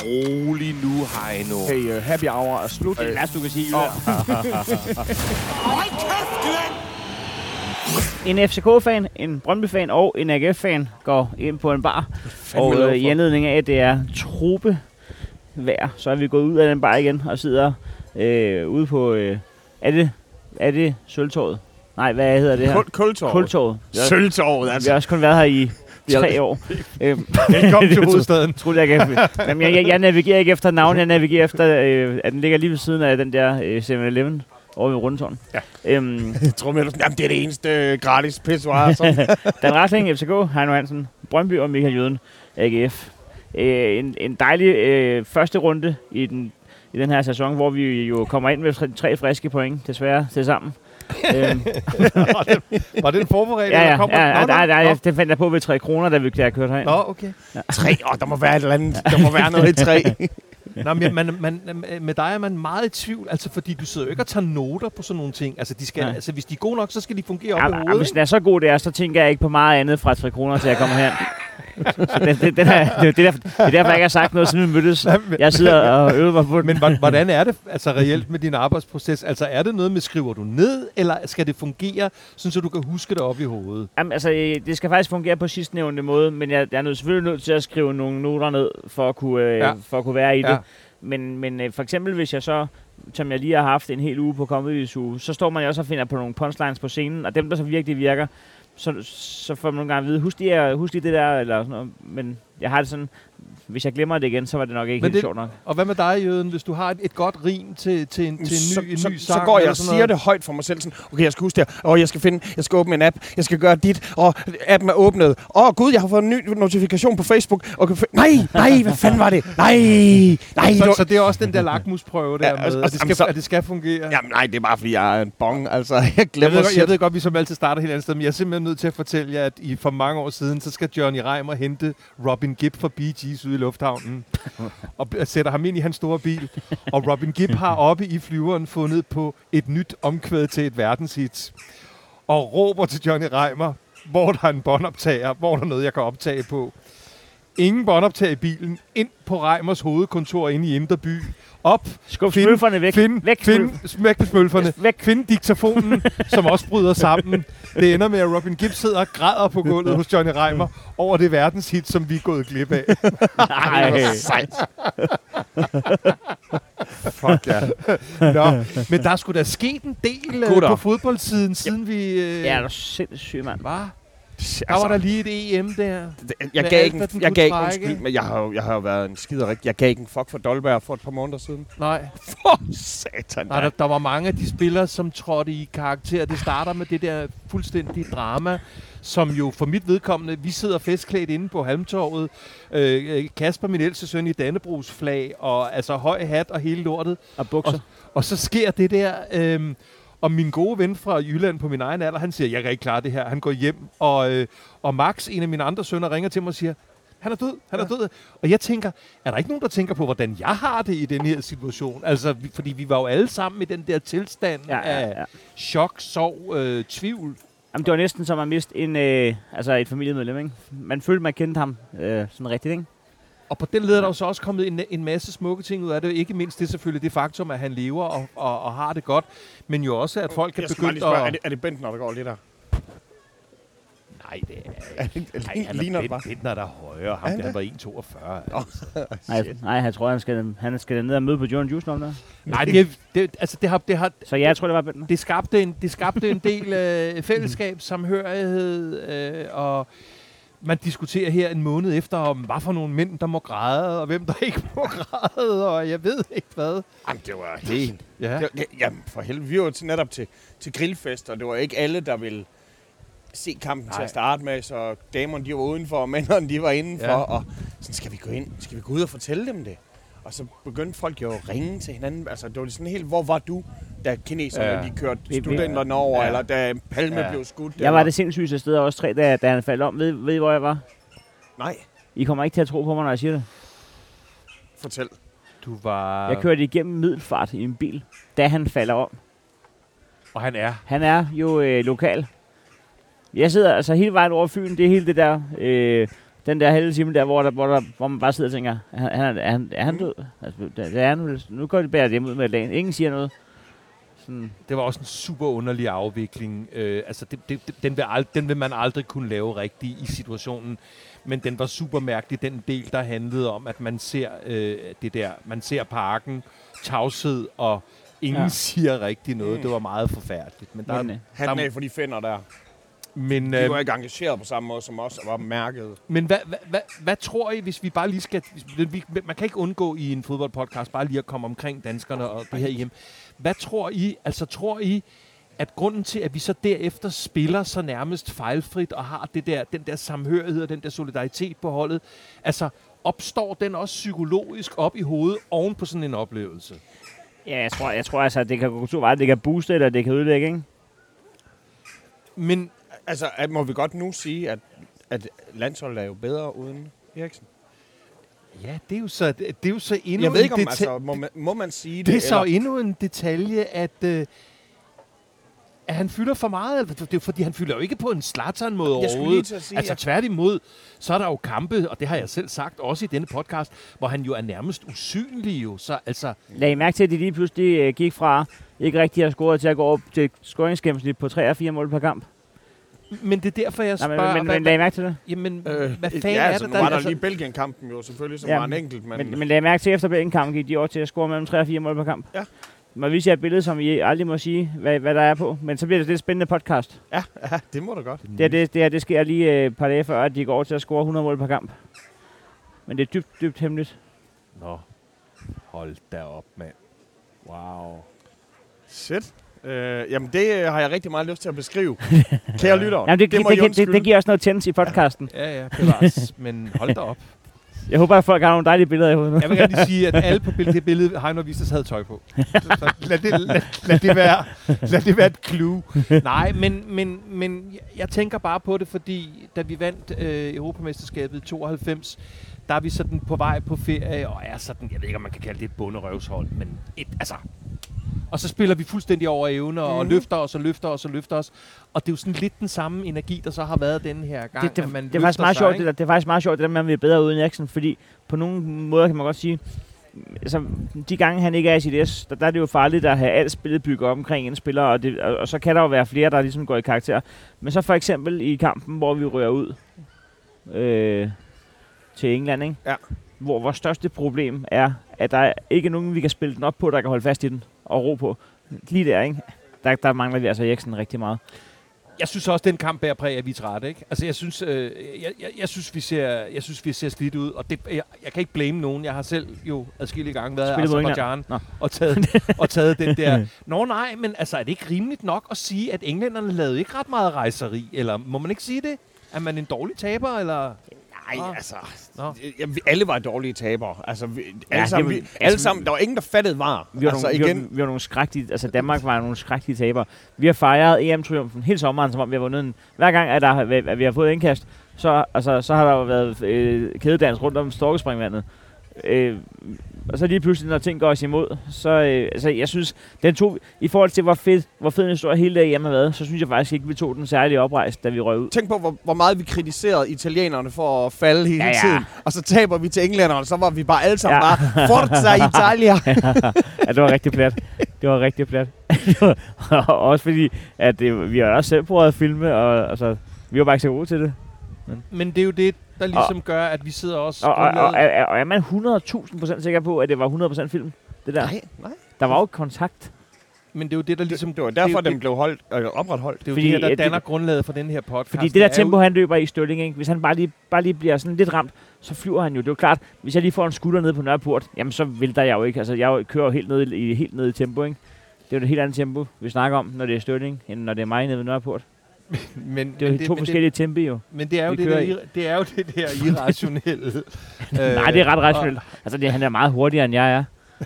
rolig nu, Heino. Hey, happy hour er slut. Det er værst, du kan sige. En FCK-fan, en Brøndby-fan og en AGF-fan går ind på en bar. Og i anledning af, at det er tropevejr, så er vi gået ud af den bar igen og sidder ude på... Er det Sølvtorvet? Nej, hvad hedder det her? Kultorvet. Kultorvet. Sølvtorvet, altså. Vi har også kun været her i 3 år. Velkommen til hovedstaden. Jeg navigerer ikke efter navn, jeg navigerer efter, at den ligger lige ved siden af den der 7-Eleven over ved Rundetårn. Ja. Jeg tror, det er det eneste gratis pissoir. Dan Ratling, FCK, Heino Hansen, Brøndby og Michael Jøden, AGF. En dejlig første runde i den her sæson, hvor vi jo kommer ind med 3 friske point, desværre, til sammen. Var det en forberedt? Ja, det fandt jeg på ved 3 kroner, da vi kørte herind. Nå, okay. Ja. 3? Der må være et eller andet. Der må være noget i 3. Nå, men med dig er man meget i tvivl, altså fordi du sidder jo ikke og tager noter på sådan nogle ting. Altså, altså hvis de er gode nok, så skal de fungere op i hovedet. Hvis den er så god, det er, så tænker jeg ikke på meget andet fra 3 kroner, til jeg kommer her. Så det er derfor, jeg ikke har sagt noget, siden vi mødtes. Jeg sidder og øver mig på den. Men hvordan er det altså reelt med din arbejdsproces? Altså er det noget med, skriver du ned, eller skal det fungere, så du kan huske det op i hovedet? Jamen, altså, det skal faktisk fungere på sidstnævnte måde, men jeg er selvfølgelig nødt til at skrive nogle noter ned, for at kunne være i det. Men for eksempel, hvis jeg så, som jeg lige har haft en hel uge på Comedy's uge, så står man jo også og finder på nogle punchlines på scenen, og dem, der så virkelig virker, så får man nogle gange at vide, husk lige det der, eller sådan noget. Men jeg har det sådan, hvis jeg glemmer det igen, så var det nok ikke helt sjovt nok. Og hvad med dig, Jøden? Hvis du har et godt rim til en ny sang? Så går jeg og siger det højt for mig selv. Sådan, okay, jeg skal huske det her. Jeg skal åbne en app. Jeg skal gøre dit. Og appen er åbnet. Gud, jeg har fået en ny notifikation på Facebook. Nej, hvad fanden var det? Nej. Så det er også den der lakmusprøve der med, at det skal fungere? Jamen nej, det er bare fordi, jeg er en bong. Altså, jeg glemmer jeg ved godt, vi som altid starter helt andet sted, men jeg er simpelthen nødt til at fortælle jer, at for mange år siden, så skal Johnny Reimer hente Robin Gibb fra Bee Gees ude i lufthavnen og sætter ham ind i hans store bil. Og Robin Gibb har oppe i flyveren fundet på et nyt omkvæd til et verdenshit. Og råber til Johnny Reimer, hvor der er en båndoptager, hvor der er noget, jeg kan optage på. Ingen båndoptager i bilen. Ind på Reimers hovedkontor inde i Indre By. Op. Skub smølferne væk. Væk med smølferne. Find diktafonen, som også bryder sammen. Det ender med, at Robin Gibb sidder og græder på gulvet hos Johnny Reimer over det verdenshit, som vi er gået glip af. Nej, sejt. Fuck ja. Nå, men der skulle da sket en del på fodboldsiden, siden vi... Ja, det er sindssygt, mand. Hvad? Der var der lige et EM der. Jeg gav ikke undskyld, men jeg har jo været en skiderik. Jeg gav ikke en fuck for Dolberg for et par måneder siden. Nej. For satan. Nej, der var mange af de spillere, som trådte i karakter. Det starter med det der fuldstændige drama, som jo for mit vedkommende, vi sidder festklædt inde på Halmtorvet. Kasper, min ældste søn, i Dannebrogs flag, og altså høj hat og hele lortet. Og bukser. Og så sker det der... Og min gode ven fra Jylland på min egen alder, han siger, jeg kan ikke klare det her. Han går hjem, og Max, en af mine andre sønner, ringer til mig og siger, han er død. Og jeg tænker, er der ikke nogen, der tænker på, hvordan jeg har det i den her situation? Altså, fordi vi var jo alle sammen i den der tilstand af chok, sorg, tvivl. Jamen, det var næsten som at miste et familiemedlem, ikke? Man følte, man kendte ham sådan rigtigt, ikke? Og på den led er der jo så også kommet en masse smukke ting ud af det. Ikke mindst det selvfølgelig det faktum, at han lever og har det godt. Men jo også, at folk kan begynde at... Er det Bentner, der går lidt der? Nej, det er Bentner, der er højere. Han var 1,42. Nej, jeg tror, han skal ned og møde på John Juice om der. Nej, det har... Så jeg tror, det var Bentner. Det skabte en del fællesskab, samhørighed og... Man diskuterer her en måned efter, om hvad for nogle mænd, der må græde, og hvem der ikke må græde, og jeg ved ikke hvad. Jamen, det var helt... Ja. Jamen, for helvede, vi var netop til grillfest, og det var ikke alle, der ville se kampen til at starte med, så damerne, de var udenfor, og mændene, de var indenfor, og sådan, skal vi gå ud og fortælle dem det? Og så begyndte folk jo at ringe til hinanden. Altså, det var sådan helt, hvor var du, da kineserne de kørte studenterne over, eller da Palme blev skudt? Jeg var det sindssyge sted også 3 dage, da han faldt om. Ved I, hvor jeg var? Nej. I kommer ikke til at tro på mig, når jeg siger det. Fortæl. Jeg kørte igennem Middelfart i en bil, da han falder om. Og han er? Han er jo lokal. Jeg sidder altså hele vejen over Fyn. Det er hele det der... den der halve time der, hvor man bare sidder og tænker, er han død? Altså, det er han vel. Nu går de bære dem ud med dagen. Ingen siger noget. Sådan. Det var også en super underlig afvikling. Altså, den vil man aldrig kunne lave rigtigt i situationen. Men den var super mærkelig, den del, der handlede om, at man ser man ser parken, tavshed, og ingen siger rigtig noget. Det var meget forfærdeligt. Men han er for de finder der. Men, de var ikke engageret på samme måde som os, og var mærket. Men hvad tror I, hvis vi bare lige skal... Man kan ikke undgå i en fodboldpodcast bare lige at komme omkring danskerne og det her hjem. Hvad tror I? Altså, tror I, at grunden til, at vi så derefter spiller så nærmest fejlfrit og har den der samhørighed og den der solidaritet på holdet, altså opstår den også psykologisk op i hovedet oven på sådan en oplevelse? Ja, jeg tror altså, at det kan gå to veje. Det kan booste, eller det kan ødelægge, ikke? Men altså, må vi godt nu sige, at landsholdet er jo bedre uden Eriksen? Ja, det er jo så endnu jeg ved ikke, om må man sige det? Det er så endnu en detalje, at han fylder for meget. Det er, fordi han fylder jo ikke på en Zlatan-måde overhovedet. Altså tværtimod, så er der jo kampe, og det har jeg selv sagt, også i denne podcast, hvor han jo er nærmest usynlig jo. Så altså... Lad I mærke til, at de lige pludselig gik fra ikke rigtig at score til at gå op til scoringsgennemsnit på 3-4 mål per kamp. Men det er derfor, jeg spørger... Men lad I mærke til det? Jamen, hvad fanden ja, er det? Nu var der lige Belgien-kampen jo selvfølgelig, som var en enkelt. Men lad I mærke til, efter Belgien-kampen gik de over til at score mellem 3 og 4 mål per kamp. Ja. Man viser et billede, som I aldrig må sige, hvad der er på. Men så bliver det et spændende podcast. Ja, det må da godt. Det sker lige et par dage før, at de går over til at score 100 mål per kamp. Men det er dybt hemmeligt. Nå, hold da op, mand. Wow. Shit. Jamen, det har jeg rigtig meget lyst til at beskrive. Kære lyttere. Jamen, det giver også noget tænds i podcasten. Ja, bevares. Men hold da op. Jeg håber, at folk har nogle dejlige billeder i hovedet. Jeg vil gerne sige, at alle på det billede Heino viste os havde tøj på. Så lad det være et clue. Nej, men jeg tænker bare på det, fordi da vi vandt Europamesterskabet i 92, der er vi sådan på vej på ferie, og er sådan, jeg ved ikke, om man kan kalde det et bunderøvshold, men og så spiller vi fuldstændig over evne, og løfter os. Og det er jo sådan lidt den samme energi, der så har været den her gang. Det er faktisk meget sjovt, det er faktisk meget sjovt, det der med, at vi er bedre uden Eriksen, fordi på nogle måder kan man godt sige, altså, de gange han ikke er i sit S, der er det jo farligt at have alt spillet bygget op omkring en spiller, og så kan der jo være flere, der ligesom går i karakter. Men så for eksempel i kampen, hvor vi rører ud til England, ikke? Ja. Hvor vores største problem er, at der er ikke nogen, vi kan spille den op på, der kan holde fast i den og ro på. Lige der, ikke? Der mangler vi altså Eriksen rigtig meget. Jeg synes også, den kamp bærer præg, at vi er trætte, ikke? Altså, jeg synes, vi ser slidt ud, og jeg kan ikke blame nogen. Jeg har selv jo adskillige gange været i Azerbaijan og taget den der. Nå nej, men altså, er det ikke rimeligt nok at sige, at englænderne lavede ikke ret meget rejseri? Eller må man ikke sige det? Er man en dårlig taber, eller... Nej, altså... alle var dårlige tabere. Altså, alle sammen, der var ingen, der fattede var. Vi var nogle skrækkelige... Altså, Danmark var nogle skrækkelige tabere. Vi har fejret EM-triumfen hele sommeren, som om vi har vundet en... Hver gang, at vi har fået indkast, så har der jo været kædedans rundt om storkespringvandet. Og så lige pludselig, når ting går os imod, så jeg synes, i forhold til, hvor fed en historie hele dagen har været, så synes jeg faktisk ikke, vi tog den særlige oprejst, da vi røg ud. Tænk på, hvor meget vi kritiserede italienerne for at falde hele tiden, og så taber vi til englænderne, og så var vi bare alle sammen bare Forza Italia. Ja, det var rigtig plat. Også fordi, at vi har også selv prøvet at filme, og altså, vi var bare ikke så gode til det. Men det er jo det, der ligesom gør, at vi sidder også... Og er man 100.000% sikker på, at det var 100% film? Det der? Nej. Der var jo kontakt. Men det er jo det, der ligesom... Det var derfor, den blev opretholdt. Det er jo det, der danner grundlaget for den her podcast. Fordi det der tempo, han løber i Stølling, ikke? Hvis han bare lige bliver sådan lidt ramt, så flyver han jo. Det er jo klart, hvis jeg lige får en skulder nede på Nørreport, jamen så vælter jeg jo ikke. Altså, jeg kører jo helt ned i tempo, ikke? Det er jo et helt andet tempo, vi snakker om, når det er Stølling, end når det er mig nede ved Nørreport. Det er jo to forskellige tempi jo. Men det er jo det der irrationelle. Nej, det er ret rationelt. Altså, han er meget hurtigere, end jeg er.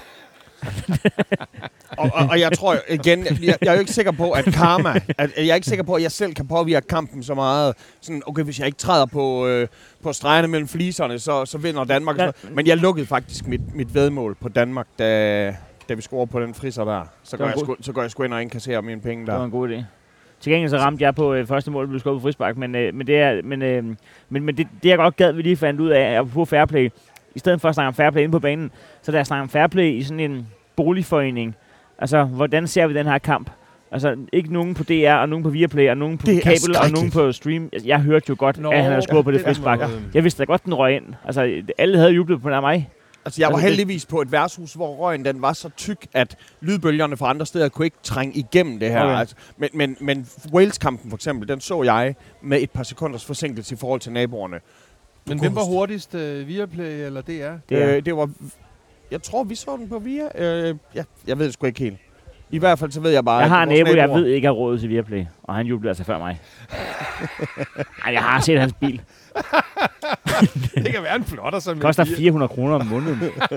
og jeg tror igen, jeg er jo ikke sikker på, at karma... jeg er ikke sikker på, at jeg selv kan påvirke kampen så meget. Sådan, okay, hvis jeg ikke træder på stregerne mellem fliserne, så vinder Danmark. Men jeg lukkede faktisk mit væddemål på Danmark, da vi scorede på den frisser der. Så går jeg sgu ind og indkasserer mine penge der. Det var en god idé. Til gengæld så ramte jeg på første mål, blev skubbet på frispark, men det jeg godt gad, vi lige fandt ud af på fair play. I stedet for at snakke om fair play inde på banen, så der snakker om fair play i sådan en boligforening. Altså, hvordan ser vi den her kamp? Altså, ikke nogen på DR, og nogen på Viaplay, og nogen på kabel, og nogen på stream. Jeg hørte jo godt, at han havde skubbet på det frispark. Jeg vidste da godt, den røg ind. Altså, alle havde jublet på den af mig. Altså, jeg var heldigvis på et værtshus, hvor røgen den var så tyk, at lydbølgerne fra andre steder kunne ikke trænge igennem det her. Okay. Altså, men Wales-kampen for eksempel, den så jeg med et par sekunders forsinkelse i forhold til naboerne. Men hvem var hurtigst? Viaplay eller DR? Det var... Jeg tror, vi så den på Via. Jeg ved det sgu ikke helt. I hvert fald så ved jeg bare... Jeg har en nabo, jeg ved ikke har råd til Viaplay, og han jublede altså før mig. Ej, jeg har set hans bil. Det kan være en flotter som... Det koster 400 kroner om måneden.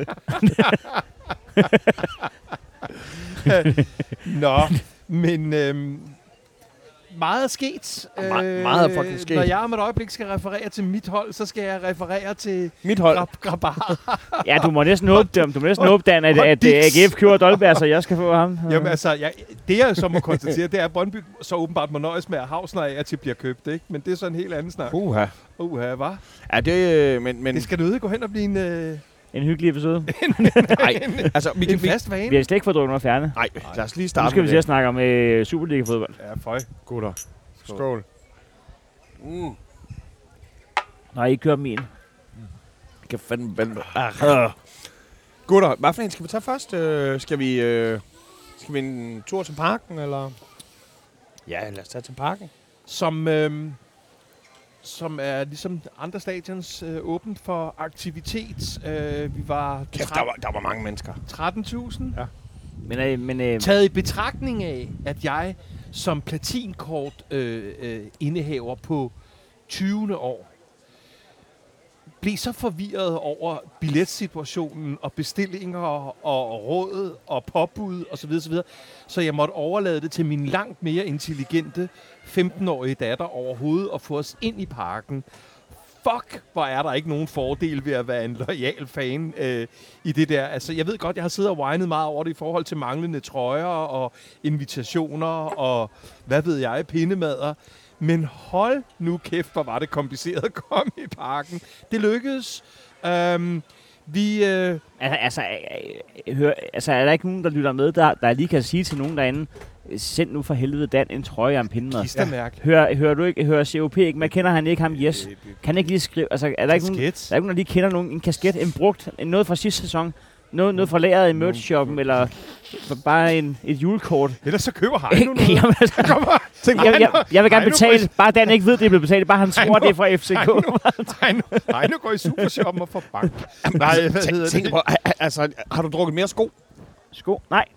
Nå, men... meget er sket. Meget er fucking sket. Når jeg om et øjeblik skal referere til mit hold, så skal jeg referere til mit hold. Grabar. Ja, du må næsten håbe, Dan, at AGF kører Dolberg, så jeg skal få ham. Jamen altså, det jeg så må konstatere, det er, at Brøndby så åbenbart må nøjes med, at Hausner af og til bliver købt, ikke? Men det er så en helt anden snak. Uha, hva'? Ja, det... Men det skal nødt gå hen og blive en hyggelig episode. Nej, altså... En fast vane. Vi har slet ikke fået drukket noget fjerne. Nej, lad os lige starte. Nu skal vi til at snakke om Superliga-fodbold. Ja, føj. Gutter. Skål. Nej, I kører min. Kan fandme vente. Gutter, hvad for en skal vi tage først? Skal vi en tur til parken, eller? Ja, lad os tage til parken. Som er ligesom andre stadions åbent for aktivitet. Vi var... Kæft, der var mange mennesker. 13.000. Ja. Men taget i betragtning af, at jeg som platinkort indehaver på 20. år, blev så forvirret over billetsituationen og bestillinger og råd og påbud osv., så jeg måtte overlade det til min langt mere intelligente 15-årige datter overhovedet at få os ind i parken. Fuck, hvor er der ikke nogen fordel ved at være en loyal fan i det der. Altså, jeg ved godt, jeg har siddet og whinet meget over det i forhold til manglende trøjer og invitationer og, hvad ved jeg, pindemader. Men hold nu kæft, hvor var det kompliceret at komme i parken. Det lykkedes. Er der ikke nogen, der lytter med, der lige kan sige til nogen derinde, send nu for helvede Dan en trøje og en pindemad. Klistermærke. Hører du ikke? Hører COP ikke? Man kender han ikke ham? Yes. Kan ikke lige skrive? Altså, er der ikke nogen, der lige kender nogen? En kasket, en brugt, noget fra sidste sæson? Noget fra lageret i merch-shoppen, eller bare et julekort. Ellers så køber Heino noget. Jeg vil gerne betale. Bare Dan ikke ved, det er blevet betalt. Bare han tror, det er fra FCK. Heino går i Supershoppen og får bank. Nej, tænk på, altså, har du drukket mere sko? Sko? Nej.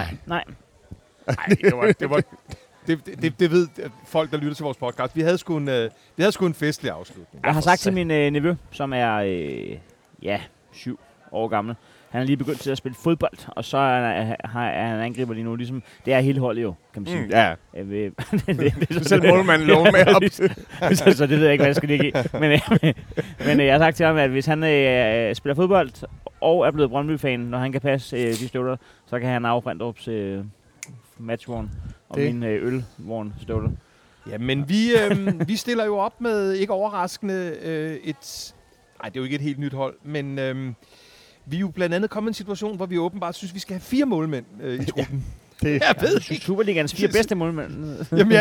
Det ved folk, der lytter til vores podcast. Vi havde sgu en festlig afslutning. Jeg har sagt til min nevø, som er 7 år gammel. Han er lige begyndt til at spille fodbold, og så er han angriber lige nu. Ligesom, det er hele holdet jo, kan man sige. Ja. Det selv målmanden loven med op. Så det ved jeg ikke, hvad jeg skal ligge i. Men jeg har sagt til ham, at hvis han spiller fodbold og er blevet Brøndby-fan, når han kan passe de støvler, så kan han afbrænde op til matchvogn og min ølvogn støvler. Ja, men vi stiller jo op med, ikke overraskende, nej, det er jo ikke et helt nyt hold, men vi er jo blandt andet kommet i en situation, hvor vi åbenbart synes, vi skal have 4 målmænd i truppen. Jeg ved Superligans 4 bedste målmænd. Jamen,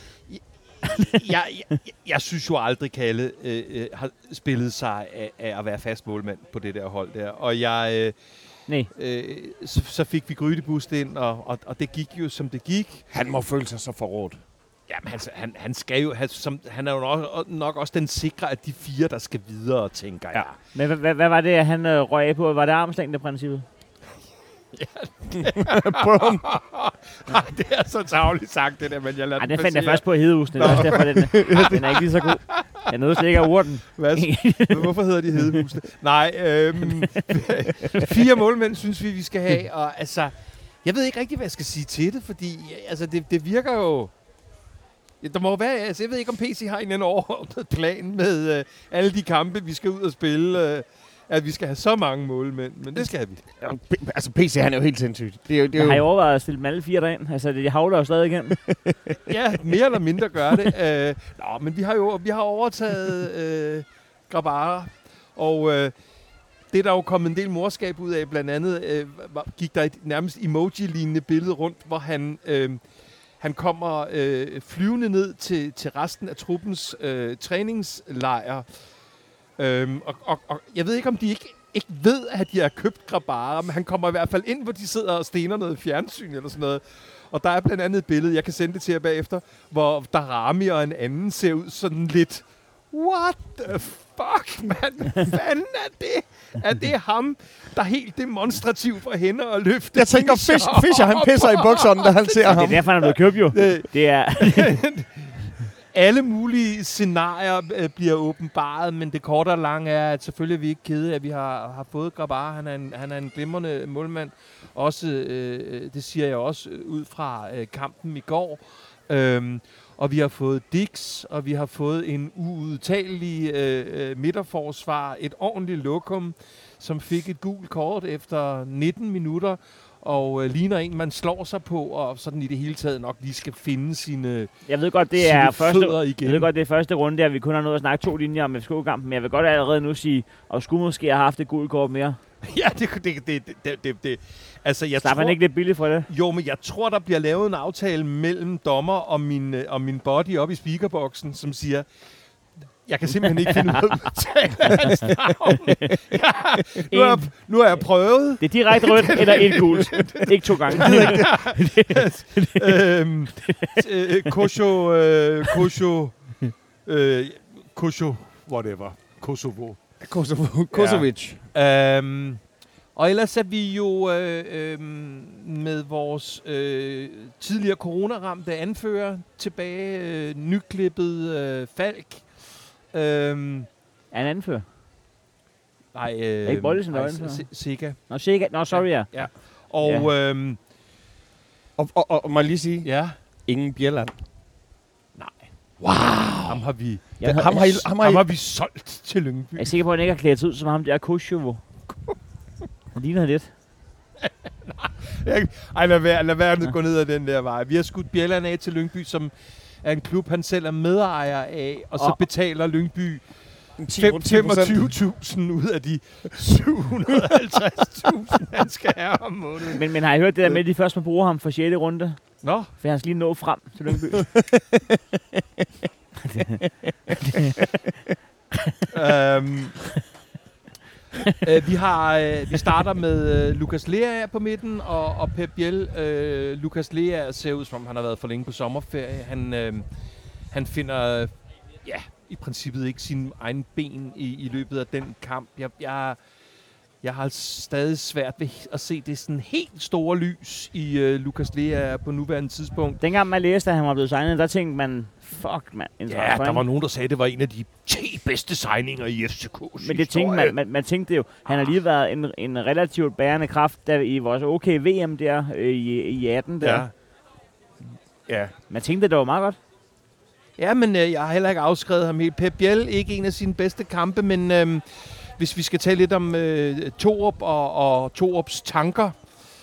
jeg synes jo aldrig, Kalle har spillet sig af at være fast målmand på det der hold der. Og så fik vi Grydebust ind, og det gik jo, som det gik. Han må føle sig så forrådt. Jamen, han skal jo han er jo nok også den sikre af de 4, der skal videre, tænker jeg. Men hvad var det, han røg af på? Var det armslængdeprincippet? Ja. Det er så tarveligt sagt, det der, men jeg lader det fandt jeg først på i Hedehusene. Det er også derfor, den er ikke lige så god. Jeg nåede slet ikke af urten. Hvorfor hedder de Hedehusene? Nej, 4 målmænd synes vi skal have, og altså, jeg ved ikke rigtig, hvad jeg skal sige til det, fordi altså, det virker jo... Der må være, altså, jeg ved ikke, om PC har en overordnet plan med alle de kampe, vi skal ud og spille. at vi skal have så mange målmænd, men det skal vi. Ja, altså, PC, han er jo helt sindssygt. Jeg har jo overvejet at stille dem alle 4 derind. Altså, det havler jo stadig igen. Ja, mere eller mindre gør det. Men vi har overtaget Grabara, og det er der jo kommet en del morskab ud af. Blandt andet gik der et nærmest emoji-lignende billede rundt, hvor han kommer flyvende ned til resten af truppens træningslejr. Og jeg ved ikke, om de ikke ved, at de har købt Grabara, men han kommer i hvert fald ind, hvor de sidder og stener noget fjernsyn eller sådan noget. Og der er blandt andet et billede, jeg kan sende det til jer bagefter, hvor Daramy og en anden ser ud sådan lidt, what the fuck, mand? Hvad fanden er det? Er det ham, der helt demonstrativt får hænder og løfter? Jeg tænker, Fischer han pisser i bukserne, da han ser ham. Det er derfor, han er blevet købt jo. Det er... Alle mulige scenarier bliver åbenbaret, men det korte og lange er, at selvfølgelig er vi ikke kede af, at vi har fået Grabara. Han er en glimrende målmand. Også, det siger jeg også ud fra kampen i går. Og vi har fået Dix, og vi har fået en uudtagelig midterforsvar. Et ordentligt lokum, som fik et gult kort efter 19 minutter. Og ligner en, man slår sig på, og sådan i det hele taget nok lige skal finde sine Jeg ved godt, det er første runde, at vi kun har nået at snakke 2 linjer om FCK-kampen, men jeg vil godt allerede nu sige, og skulle måske have haft et gult kort mere. Ja, det. Altså, jeg tror, man ikke lidt billigt for det? Jo, men jeg tror, der bliver lavet en aftale mellem dommer og min body op i speakerboksen, som siger, jeg kan simpelthen ikke finde ud af at udtale hans navn. Nu har jeg prøvet. Det er direkte rødt eller et gult. Ikke 2 gange. Koso, whatever. Kosovic. Ja. Og ellers er vi jo med vores tidligere coronaramte anfører tilbage, nyklippet Falk. Er en anfører? Nej, ikke Bollesen, der anfører? Sega. Nå, Sega. Nå, sorry, ja. Og, og må jeg lige sige, ingen Bjelland. Nej. Wow! Ham har vi, ham har vi solgt til Lyngby. Jeg er sikker på, at han ikke har klædt ud som ham der Kosovo. Han ligner lidt. Nej, lad være at gå ned ad den der vej. Vi har skudt Bjelland af til Lyngby, som er en klub, han selv er medejer af, og så betaler Lyngby 25.000 ud af de 750.000, han skal have om måneden. Men har I hørt det der med, at de først må bruge ham for 6. runde? Nå? For han skal lige nå frem til Lyngby. Vi starter med Lukas Lea på midten og Pep Biel. Lukas Lea ser ud, som om han har været for længe på sommerferie. Han finder i princippet ikke sine egne ben i løbet af den kamp. Jeg har stadig svært ved at se det sådan helt store lys i Lukas Lea på nuværende tidspunkt. Dengang man læste, at han var blevet signet, der tænkte man, fuck mand. Ja, der var nogen, der sagde, at det var en af de 10 bedste signinger i FCK's Men det tænkte man tænkte jo, han har lige været en relativt bærende kraft der i vores VM der i 18 der. Ja. Man tænkte, det var meget godt. Ja, men jeg har heller ikke afskrevet ham helt. Pep Biel, ikke en af sine bedste kampe, men hvis vi skal tale lidt om Torup og Torups tanker,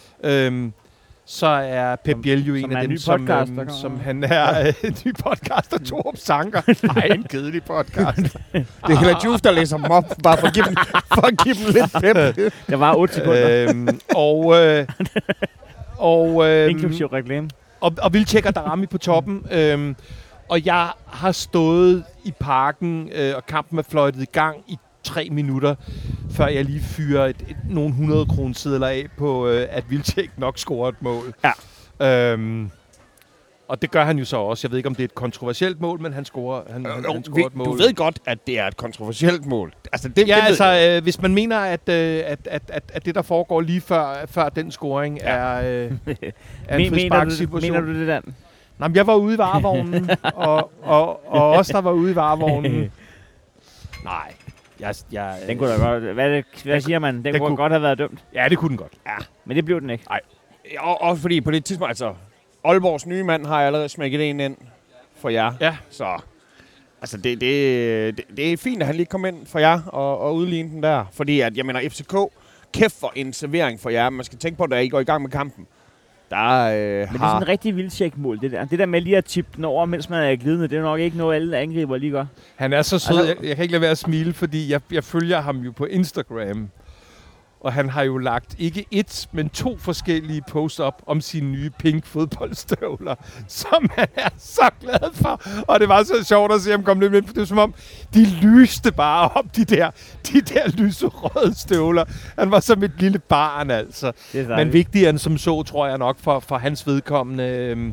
så er Pep Biel jo en af dem, som han er en ny podcast af Torups tanker. Nej, en kedelig podcast. Det er Hella Juf, der læser dem op, bare for at give dem lidt pep. Der var 8 sekunder. Inklusiv reklame. Og Vildtjek og Daramy på toppen. Og jeg har stået i parken, og kampen er fløjtet i gang i 3 minutter, før jeg lige fyrer nogle 100 kronesedler af på, at Vildtjek nok scorer et mål. Ja. Og det gør han jo så også. Jeg ved ikke, om det er et kontroversielt mål, men han scorer et mål. Du ved godt, at det er et kontroversielt mål. Altså, det hvis man mener, at det, der foregår lige før den scoring, er en frisparkssituation. Mener du det, Dan? Nej, jeg var ude i varevognen, og også der var ude i varevognen. Nej. Den kunne da godt... Hvad siger man? Den kunne godt have været dømt. Ja, det kunne den godt. Ja, men det blev den ikke. Nej. Også fordi på det tidspunkt, altså... Aalborgs nye mand har allerede smækket en ind for jer. Ja. Så Altså, det er fint, at han lige kom ind for jer og udligne den der. Fordi, at, jeg mener, FCK, kæft for en servering for jer. Man skal tænke på, at I går i gang med kampen. Men det er sådan en rigtig vildtjek-mål, det der. Det der med lige at tippe den over, mens man er glidende, det er nok ikke noget, alle angriber lige gør. Han er så sød. Jeg kan ikke lade være at smile, fordi jeg følger ham jo på Instagram. Og han har jo lagt ikke et, men 2 forskellige posts op om sine nye pink fodboldstøvler, som han er så glad for. Og det var så sjovt at se ham komme lidt med. Det var som om, de lyste bare op, de der lyserøde støvler. Han var som et lille barn, altså. Men vigtigere end som så, tror jeg nok, for hans vedkommende,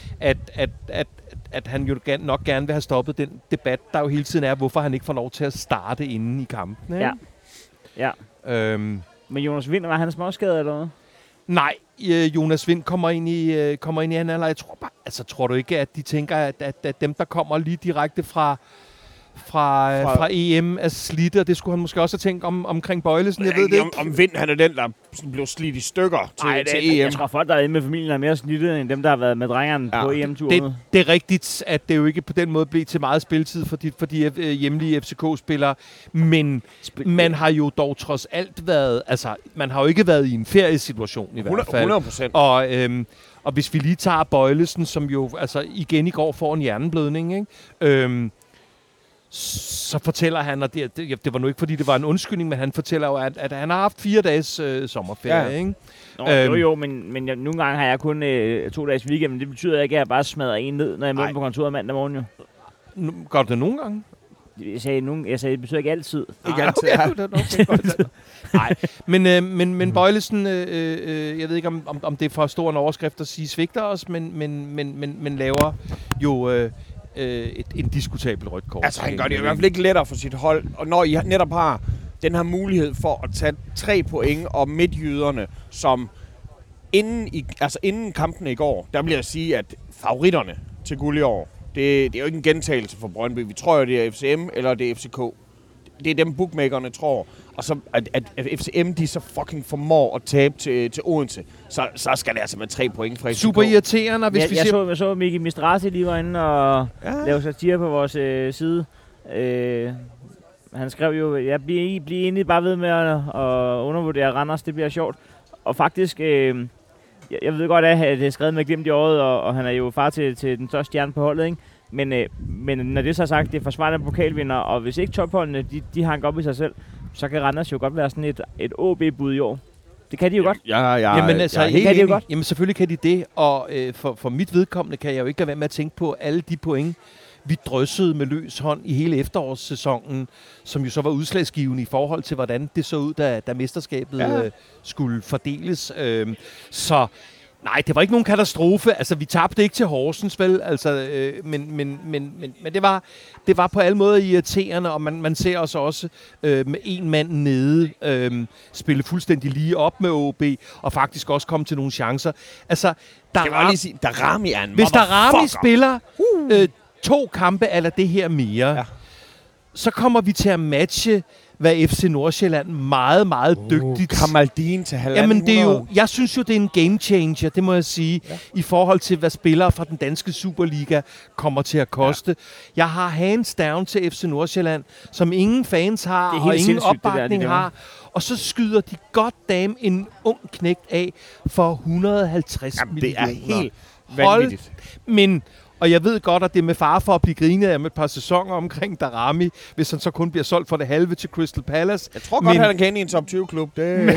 at han jo nok gerne vil have stoppet den debat, der jo hele tiden er, hvorfor han ikke får lov til at starte inden i kampen. Ikke? Ja. Men Jonas Vind, var han småskadet eller noget? Nej, Jonas Vind kommer ind i anden alder. Jeg tror bare, altså tror du ikke, at de tænker, at dem, der kommer lige direkte fra EM er slidt, og det skulle han måske også have tænkt omkring Bøjlesen. Jeg ved det ikke. Om Vind, han er den, der blev slidt i stykker til EM. Jeg tror, folk, der er inde med familien, er mere slidtet end dem, der har været med drengerne på EM-turen. Det er rigtigt, at det jo ikke på den måde blev til meget spilletid for de hjemlige FCK-spillere, men man har jo dog trods alt været, altså man har jo ikke været i en feriesituation i hvert fald. 100%. Og hvis vi lige tager Bøjlesen, som jo altså igen i går får en hjerneblødning, ikke? Så fortæller han, og det var nu ikke, fordi det var en undskyldning, men han fortæller jo, at han har haft 4 dages sommerferie, ikke? Jo, men nogle gange har jeg kun 2 dages weekend, men det betyder ikke, at jeg bare smadrer en ned, når jeg møder på kontoret mandag morgen, jo. Gør du det nogle gange? Jeg sagde, det betyder ikke altid. Ikke altid, Nej, men Bøjlesen, jeg ved ikke, om det er for stor en overskrift at sige svigter os, men laver jo... en diskutabel rødt kort. Altså, han gør det i hvert fald ikke lettere for sit hold. Og når I netop har den her mulighed for at tage 3 point og midtjyderne, som inden kampene i går, der vil jeg sige, at favoritterne til guld i år, det er jo ikke en gentagelse for Brøndby. Vi tror jo, det er FCM eller det er FCK. Det er dem, bookmakerne tror. Og så at FCM, de så fucking formår at tabe til Odense, så skal det altså med 3 point fra FCK. Super irriterende, hvis vi ser... Jeg så Miki Mistrati lige var inde og lave satire på vores side. Han skrev jo, jeg bliver egentlig bare ved med at undervurdere Randers, det bliver sjovt. Og faktisk, jeg ved godt, at det er skrevet med glimt i øjet, og han er jo far til den største stjerne på holdet, ikke? Men når det så er sagt, det er forsvarende pokalvinder, og hvis ikke topholdene, de har en godt i sig selv, så kan Randers jo godt være sådan et OB-bud i år. Det kan de jo godt. Jamen, altså, det kan de jo godt. Jamen selvfølgelig kan de det, og for mit vedkommende kan jeg jo ikke lade være med at tænke på alle de point, vi dryssede med løs hånd i hele efterårssæsonen, som jo så var udslagsgivende i forhold til, hvordan det så ud, da mesterskabet skulle fordeles. Så nej, det var ikke nogen katastrofe. Altså, vi tabte ikke til Horsens, vel? Altså, men det var på alle måder irriterende, og man ser os også med en mand nede spille fuldstændig lige op med OB, og faktisk også komme til nogle chancer. Altså, Darami er en hvis Darami spiller 2 kampe eller det her mere, så kommer vi til at matche, hvad FC Nordsjælland meget, meget dygtigt... Kamaldin til 1.500. Jamen, det er jo, jeg synes jo, det er en game changer, det må jeg sige, i forhold til, hvad spillere fra den danske Superliga kommer til at koste. Ja. Jeg har hands down til FC Nordsjælland, som ingen fans har, og ingen opbakning har. Og så skyder de goddamn en ung knægt af for 150 millioner. Det er helt vanvittigt. Og jeg ved godt, at det er med fare for at blive grinet af med et par sæsoner omkring Darami, hvis han så kun bliver solgt for det halve til Crystal Palace. Jeg tror godt, han kan ind i en top 20-klub.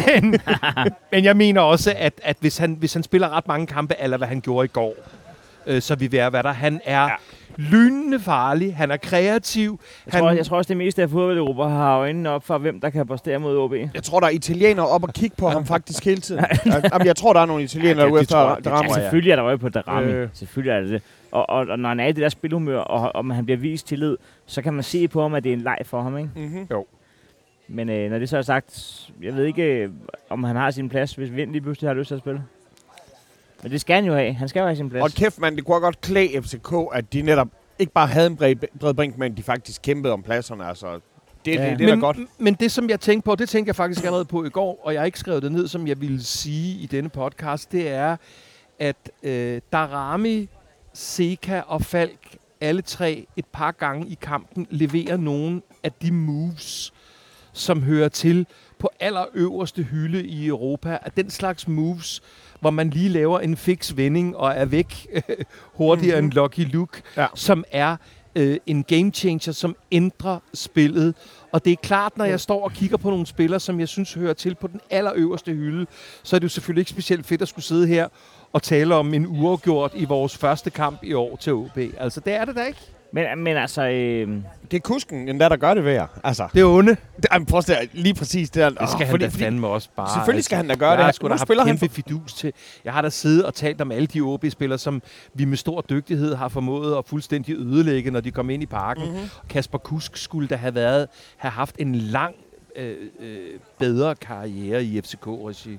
Men jeg mener også, at hvis han spiller ret mange kampe, eller hvad han gjorde i går, så vi ved hvad der. Han er lynende farlig, han er kreativ. Jeg tror også, det meste af fodbold-Europa har øjnene op for, hvem der kan præstere mod OB. Jeg tror, der er italienere op og kigge på ham faktisk hele tiden. Jeg tror, der er nogle italienere ude efter Darami. Ja, selvfølgelig er der øje på Darami. Selvfølgelig er det. Og når han er i det der spilhumør, og om han bliver vist tillid, så kan man se på ham, at det er en leg for ham, ikke? Mm-hmm. Jo. Men når det så er sagt, jeg ved ikke, om han har sin plads, hvis Vind lige pludselig har lyst til at spille. Men det skal han jo have. Han skal jo have sin plads. Og kæft, mand, det kunne godt klæde FCK, at de netop ikke bare havde en bred bænk, men de faktisk kæmpede om pladserne. Altså, det er da godt. Men det, som jeg tænkte på, det tænkte jeg faktisk allerede på i går, og jeg har ikke skrevet det ned, som jeg ville sige i denne podcast, det er, at Darami, Seka og Falk alle tre et par gange i kampen leverer nogle af de moves, som hører til på allerøverste hylde i Europa. At den slags moves, hvor man lige laver en fix vending og er væk hurtigere end Lucky Luke, som er en game changer, som ændrer spillet. Og det er klart, når jeg står og kigger på nogle spillere, som jeg synes hører til på den allerøverste hylde, så er det jo selvfølgelig ikke specielt fedt at skulle sidde her og tale om en uafgjort i vores første kamp i år til OB. Altså, det er det da ikke. Men altså... Det er kusken, den der gør det værd. Altså. Det er onde. Prøv at se, lige præcis det der. Det skal han da fandme også bare. Selvfølgelig skal han da gøre det. Jeg skulle da have kæmpe fidus til. Jeg har da siddet og talt om alle de OB-spillere, som vi med stor dygtighed har formået at fuldstændig ødelægge, når de kom ind i parken. Kasper Kusk skulle da have haft en lang, bedre karriere i FCK-regi.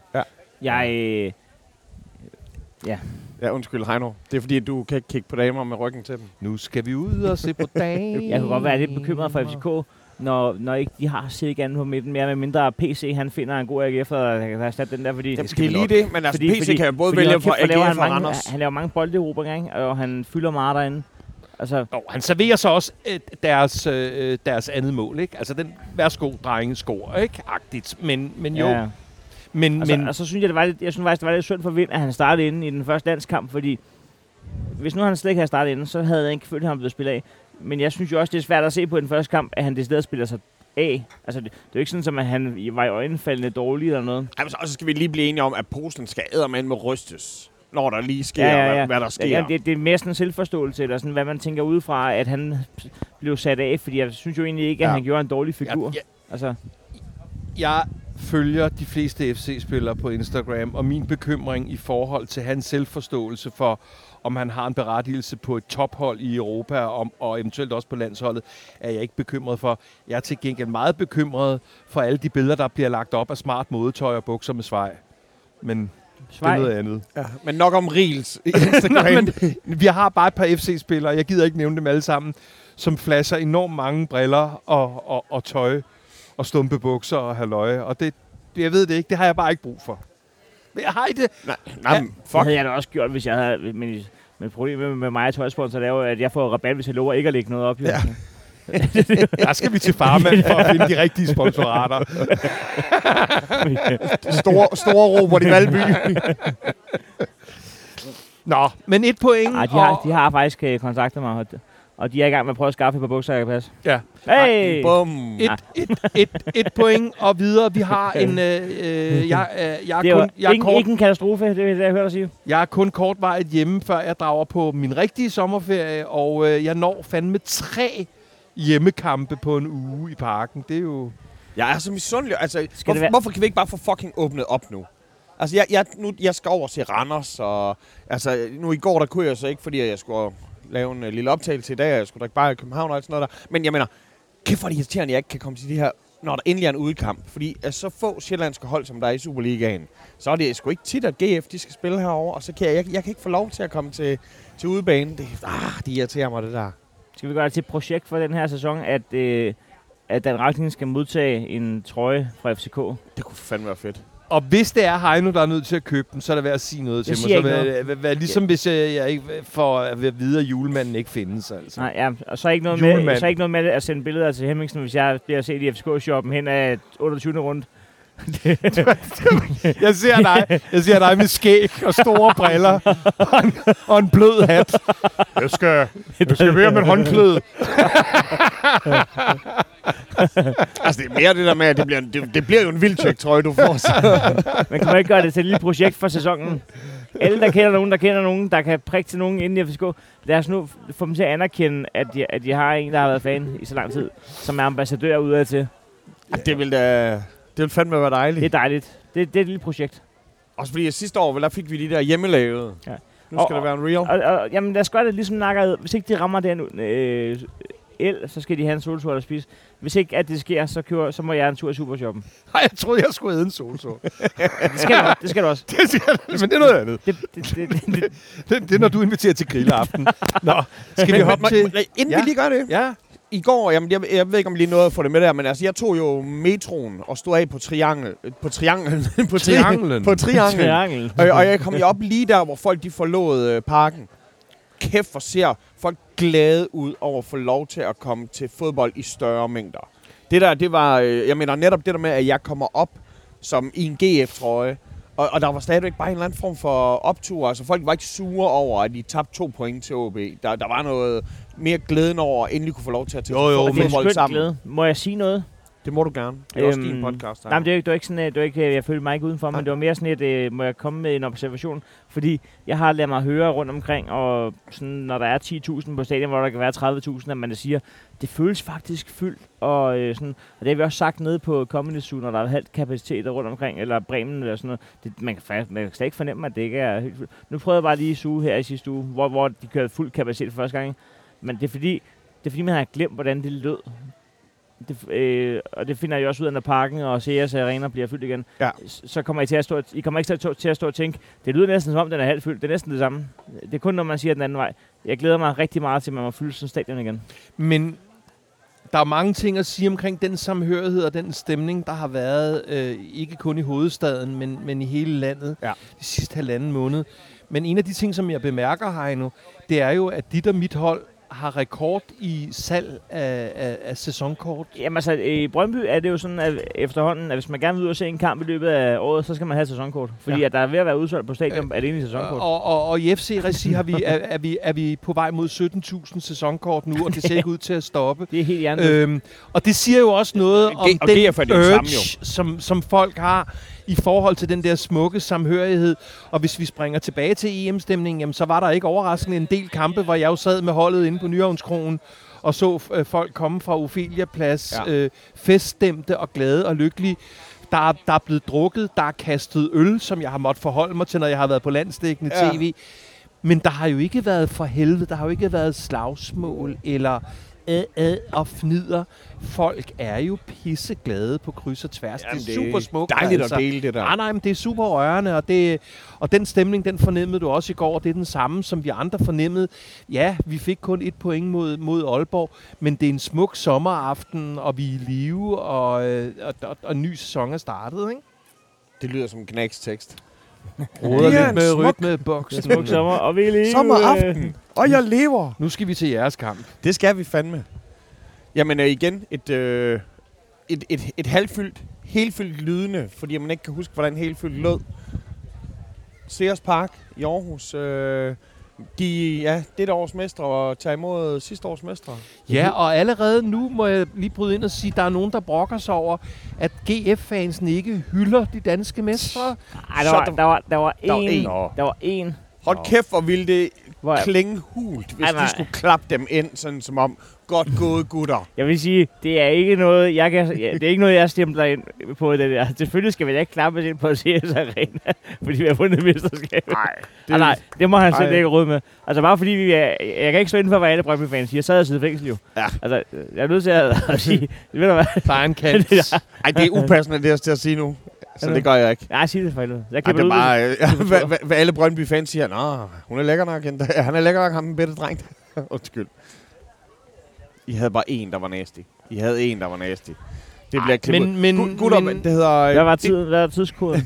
Ja, undskyld, Heino. Det er fordi, at du kan ikke kigge på damer med ryggen til dem. Nu skal vi ud og se på damer. Jeg kunne godt være lidt bekymret for FCK, når ikke de har Silkeborg på midten mere, med mindre PC, han finder en god AGF, og kan erstatte den der, fordi... Det er lige det, men altså PC kan jo både vælge for AGF og Randers. Han laver mange bolderobringer, ikke? Og han fylder meget derinde. Altså, han serverer så også deres andet mål, ikke? Altså den værsgo, drenge, score, ikke? Agtigt, men jo... Ja. Men så synes jeg synes faktisk, det var lidt synd for Vind, at han startede inde i den første landskamp, fordi hvis nu han slet ikke havde startet inde, så havde jeg ikke følt, at han blev spillet af. Men jeg synes jo også, det er svært at se på den første kamp, at han decideret spiller sig af. Altså, det er jo ikke sådan, at han var i øjenfaldende dårlig eller noget. Altså, og så skal vi lige blive enige om, at posen skal eddermand med rystes, når der lige sker, hvad der sker. Ja, det er mere sådan en selvforståelse, eller sådan, hvad man tænker udefra, at han blev sat af, fordi jeg synes jo egentlig ikke, at han gjorde en dårlig figur. Altså. Jeg følger de fleste FC-spillere på Instagram, og min bekymring i forhold til hans selvforståelse for, om han har en berettigelse på et tophold i Europa, og eventuelt også på landsholdet, er jeg ikke bekymret for. Jeg er til gengæld meget bekymret for alle de billeder, der bliver lagt op af smart modetøj og bukser med svej. Men det er noget andet. Ja, men nok om reels i Instagram. Vi har bare et par FC-spillere, jeg gider ikke nævne dem alle sammen, som flasher enormt mange briller og tøj og stumpe bukser og halløje. Og jeg ved det ikke, det har jeg bare ikke brug for. Men jeg har ikke det. Nej, fuck. Det havde jeg da også gjort, hvis jeg havde... Men problemet med mig og tøjsponsor, det er jo, at jeg får rabat, hvis jeg lover ikke at lægge noget op. Jo. Ja. Der skal vi til Farmand for at finde de rigtige sponsorater. Store Robert i Valby. Nå, men 1 point. De har faktisk kontaktet mig, og de er i gang med at prøve at skaffe et par bukser, jeg kan passe. Ja. Hey! Bum! Et point, og videre. Vi har en... ikke en katastrofe, det er det, jeg hørte dig sige. Jeg er kun kortvarigt hjemme, før jeg drager på min rigtige sommerferie, og jeg når fandme 3 hjemmekampe på en uge i parken. Det er jo... Jeg er så misundelig. Altså, hvorfor kan vi ikke bare få fucking åbnet op nu? Altså, jeg skal over til Randers, og... Altså, nu i går, der kunne jeg så ikke, fordi jeg skulle lave en lille optagelse i dag, og jeg skulle drikke bare i København og alt sådan noget der. Men jeg mener, kæft for det irriterende, at jeg ikke kan komme til de her, når der endelig er en udekamp. Fordi så få sjællandske hold, som der er i Superligaen, så er det sgu ikke tit, at GF de skal spille herover, og så kan jeg kan ikke få lov til at komme til udebane. Det irriterer mig, det der. Skal vi gøre det til et projekt for den her sæson, at Dan Rachlin skal modtage en trøje fra FCK? Det kunne fandme være fedt. Og hvis det er Heino, der er nødt til at købe den, så er det værd at sige noget til mig. Så ligesom hvis jeg ikke får at vide, at julemanden ikke findes. Altså. Nej, ja. Og så er ikke noget med at sende billeder til Hemmingsen, hvis jeg bliver set i FCK-shoppen hen af 28. rundt. Jeg ser dig med skæg og store briller og en blød hat. Jeg skal være med et håndklæde. Altså, det er mere det der med, at det bliver jo en vildtjek, tror jeg, du får. Man kan ikke gøre det til et lille projekt for sæsonen. Alle, der kender nogen, der kan prikke til nogen inden i FCK. Lad os nu få dem til at anerkende, at de har en, der har været fan i så lang tid, som er ambassadør udad til. Det vil fandme være dejligt. Det er dejligt. Det er et lille projekt. Også fordi sidste år, der fik vi de der hjemmelavede. Ja. Nu skal det være en real. Jamen, lad os gøre det ligesom nakker. Hvis ikke de rammer den så skal de have en solsort at spise. Hvis ikke at det sker, så må jeg en tur i Supershoppen. Nej, jeg troede, jeg skulle æde en solsort. Det skal du også. Men det er noget andet. Det er, når du inviterer til grillaften. Nå, skal vi hoppe til... Inden vi lige gør det. Ja. I går, jeg ved ikke, om lige noget at få det med der, men altså, jeg tog jo metroen og stod af på trianglen. Og jeg kom jo op lige der, hvor folk de forlod parken. kæft, hvor ser folk glade ud over at få lov til at komme til fodbold i større mængder. Det var, jeg mener netop det der med, at jeg kommer op som i en GF-trøje, og der var stadigvæk bare en eller anden form for optur. Altså folk var ikke sure over, at de tabte 2 point til OB. Der var noget mere glæden over, at endelig kunne få lov til at tage fodbold sammen. Glæde. Må jeg sige noget? Det må du gerne. Det er også din podcast. Nej, men det var ikke sådan, jeg følte mig ikke udenfor, men det var mere sådan et, må jeg komme med en observation? Fordi jeg har ladet mig høre rundt omkring, og sådan, når der er 10.000 på stadion, hvor der kan være 30.000, at man siger, det føles faktisk fyldt. Og det har vi også sagt nede på Comedy Zoo, når der er halvt kapacitet rundt omkring, eller Bremen eller sådan noget. Man kan slet ikke fornemme, at det ikke er helt fyldt. Nu prøvede jeg bare lige suge her i sidste uge, hvor de kørte fuld kapacitet for første gang. Men det er fordi man har glemt, hvordan det lød. Og det finder jeg også ud af, når parken og Sears Arena bliver fyldt igen. Ja. Så kommer I til at stå, til at stå og tænke, det lyder næsten som om, den er halvt fyldt. Det er næsten det samme. Det er kun, når man siger den anden vej. Jeg glæder mig rigtig meget til, at man må fylde sådan stadion igen. Men der er mange ting at sige omkring den samhørighed og den stemning, der har været, ikke kun i hovedstaden, men i hele landet de sidste 1,5 måned. Men en af de ting, som jeg bemærker, Heino, det er jo, at dit og mit hold har rekord i salg af sæsonkort. Jamen altså, i Brøndby er det jo sådan, at efterhånden, at hvis man gerne vil ud og se en kamp i løbet af året, så skal man have sæsonkort. Fordi at der er ved at være udsolgt på stadion alene i sæsonkort. Og i FC-regi er vi på vej mod 17.000 sæsonkort nu, og det ser ikke ud til at stoppe. Det er helt hjernet. Og det siger jo også noget om den urge, som folk har i forhold til den der smukke samhørighed. Og hvis vi springer tilbage til EM-stemningen, jamen, så var der ikke overraskende en del kampe, hvor jeg jo sad med holdet inde på Nyhavnskroen og så folk komme fra Opheliaplads, feststemte og glade og lykkelige. Der er blevet drukket, der er kastet øl, som jeg har måttet forholde mig til, når jeg har været på landsdækkende tv. Men der har jo ikke været for helvede, der har jo ikke været slagsmål eller og fnider. Folk er jo pisseglade på kryds og tværs. Jamen, det er super smukt. Dejligt at dele det der. Nej, men det er super rørende, og den stemning, den fornemmede du også i går, og det er den samme, som vi andre fornemmede. Ja, vi fik kun 1 point mod Aalborg, men det er en smuk sommeraften, og vi er i live, og ny sæson er startet, ikke? Det lyder som en Knacks-tekst. Roder lidt med rytmeboksen. Smuk sommer, og vi er lige sommeraften, og jeg lever. Nu skal vi til jeres kamp. Det skal vi fandme. Jamen igen, et halvfyldt, helfyldt lydende, fordi man ikke kan huske, hvordan helfyldt lød. Sears Park i Aarhus. Det års mestre og tager imod sidste års mestre. Ja, og allerede nu må jeg lige bryde ind og sige, at der er nogen, der brokker sig over, at GF-fansen ikke hylder de danske mestre. Ej, der var en. Hold kæft, hvor ville det klinge hult, hvis de skulle klappe dem ind, sådan som om, godt gået gutter. Jeg vil sige, det er ikke noget, jeg stempler ind på det der. Selvfølgelig skal vi da ikke klappe ind på CS Arena, fordi vi har vundet mesterskabet. Nej, det må han slet ikke råd med. Altså bare fordi jeg kan ikke stå inden for, hvad alle Brøndby-fans siger. Så havde jeg siddet i fængsel jo. Ja. Altså, jeg er nødt til at sige, ved du hvad? Faren kan. Ej, det er upassende, det til at sige nu. Så det gør jeg ikke. Nej, sig det for helvede. Det er bare, hvad alle Brøndby-fans siger, nå, hun er lækker nok. Han er lækker nok, ham en bedre dreng. Undskyld. I havde bare en, der var nasty. Det bliver klippet. Men gutter, det hedder... Hvad var tidskoden?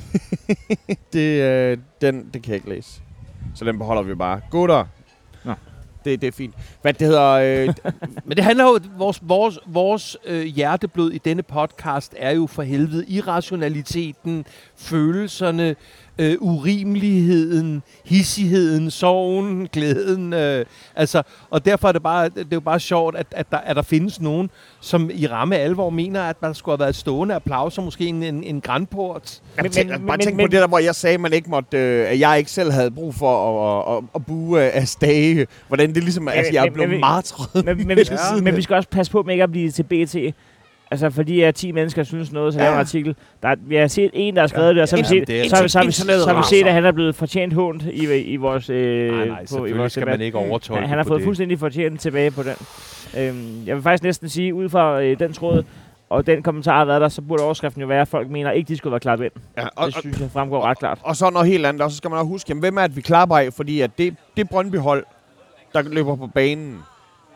det kan jeg ikke læse. Så den beholder vi bare. Gutter. Nå. Det er fint. Hvad det hedder... Men det handler jo... Vores hjerteblod i denne podcast er jo for helvede irrationaliteten, følelserne, urimeligheden, hissigheden, sorgen, glæden. Og derfor er det er jo bare sjovt, at der findes nogen, som i ramme alvor mener, at man skulle have været stående applaus og måske en grandport. Bare tænk på det der, hvor jeg sagde, at jeg ikke selv havde brug for at bue af Stage. Hvordan det ligesom... jeg er blevet martret. Men vi skal også passe på med ikke at blive til BT. Altså, fordi 10 mennesker synes noget, så laver en artikel. Vi har set en, der har skrevet det, og så har vi set, at han er blevet fortjent hånt i vores... nej, selvfølgelig skal man ikke overtolke. Han har fået fuldstændig fortjent tilbage på den. Jeg vil faktisk næsten sige, ud fra den tråd, og den kommentar har været der, så burde overskriften jo være, at folk mener ikke, de skulle være klappet ind. Ja, det synes jeg fremgår ret klart. Og så noget helt andet, og så skal man også huske, hvem er det, vi klapper af? Fordi at det Brøndby-hold, der løber på banen,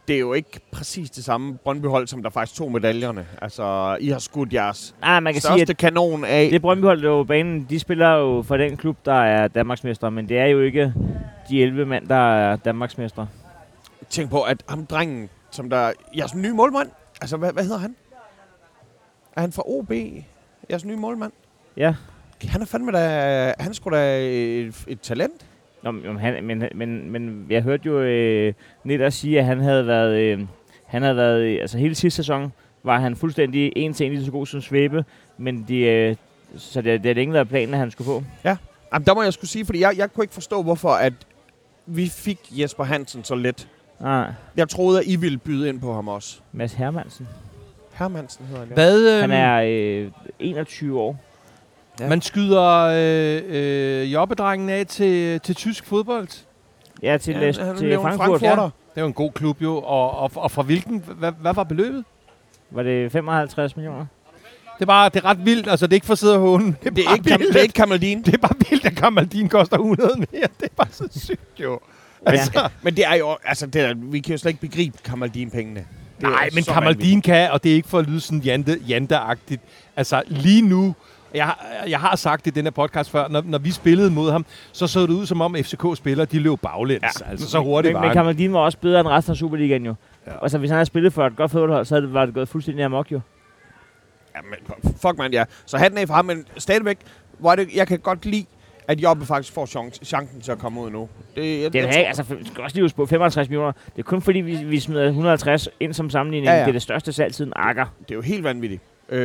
det er jo ikke præcis det samme Brøndby-hold, som der faktisk tog medaljerne. Altså, I har skudt jeres man kan største sige, kanon af. Det Brøndby-hold, der er på banen, de spiller jo for den klub, der er Danmarksmester, men det er jo ikke de 11 mand, der er Danmarksmester. Tænk på, at ham drengen, som der... Jeres nye målmand, altså, hvad hedder han? Er han fra OB? Jeres nye målmand? Ja. Han er fandme da... Han skulle da et talent. Nå, men jeg hørte jo Nitter sige, at han havde været... altså hele sidste sæson var han fuldstændig en til en lige så god som Svæbe, men så det er ikke været planen, at han skulle få. Ja, jamen, der må jeg skulle sige, fordi jeg kunne ikke forstå, hvorfor at vi fik Jesper Hansen så let. Nej. Jeg troede, at I ville byde ind på ham også. Mads Hermansen. Hermansen hedder han, ja. Hvad, Han er 21 år. Ja. Man skyder jobbedrengen af til tysk fodbold. Ja, til Frankfurt. Ja. Det er jo en god klub, jo. Og fra hvilken? Hvad var beløbet? Var det 55 millioner? Det er ret vildt. Altså, det er ikke for at sidde og håne. Det er ikke Kamaldin. Det er bare vildt, at Kamaldin koster 100 mere. Det er bare så sygt, jo. Altså, ja. Men det er jo... Altså, vi kan jo slet ikke begribe Kamaldin-pengene. Nej, men Kamaldin kan, og det er ikke for at lyde sådan Jante-agtigt. Altså, lige nu... Jeg har sagt det i denne podcast før, når vi spillede mod ham, så det ud som om FCK-spillere, de løb baglæns. Ja. Altså, så hurtigt var men Kamaldin var også bedre end resten af Superligaen jo. Ja. Altså, hvis han havde spillet for et godt fodboldhold, så var det gået fuldstændig amok jo. Ja, men fuck man, ja. Så hatten af for ham, men stadigvæk, jeg kan godt lide, at Jobbe faktisk får chancen til at komme ud nu. Altså, skal også lige på 55 millioner. Det er kun fordi, vi smider 150 ind som sammenligning. Ja. Det er det største salg siden Akker. Det er jo helt vanvittigt.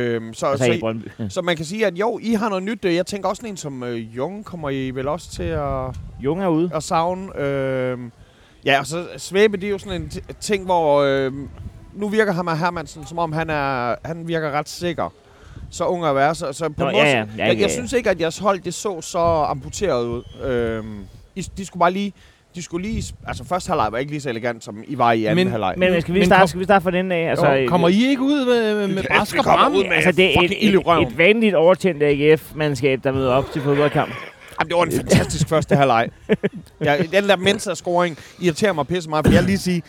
Så man kan sige, at jo, I har noget nyt. Jeg tænker også en som Jung kommer I vel også til at... Jung er ude. At savne. Ja, og så Svæbe, det er jo sådan en ting, hvor... nu virker ham af Hermansen, som om han virker ret sikker. Så ung at være. Så på en måde... Jeg synes ikke, at jeres hold, det så amputeret ud. De skulle lige... Altså, første halvleg var ikke lige så elegant, som I var i anden halvleg. Men skal vi starte fra den af? Altså, kommer I ikke ud med brask og bram? Altså, det er et vanligt overtændt AGF-mandskab, der møder op til fodboldkamp. Jamen, det var en fantastisk første halvleg. Den der Mensa-scoring irriterer mig pisse meget, for jeg vil lige sige...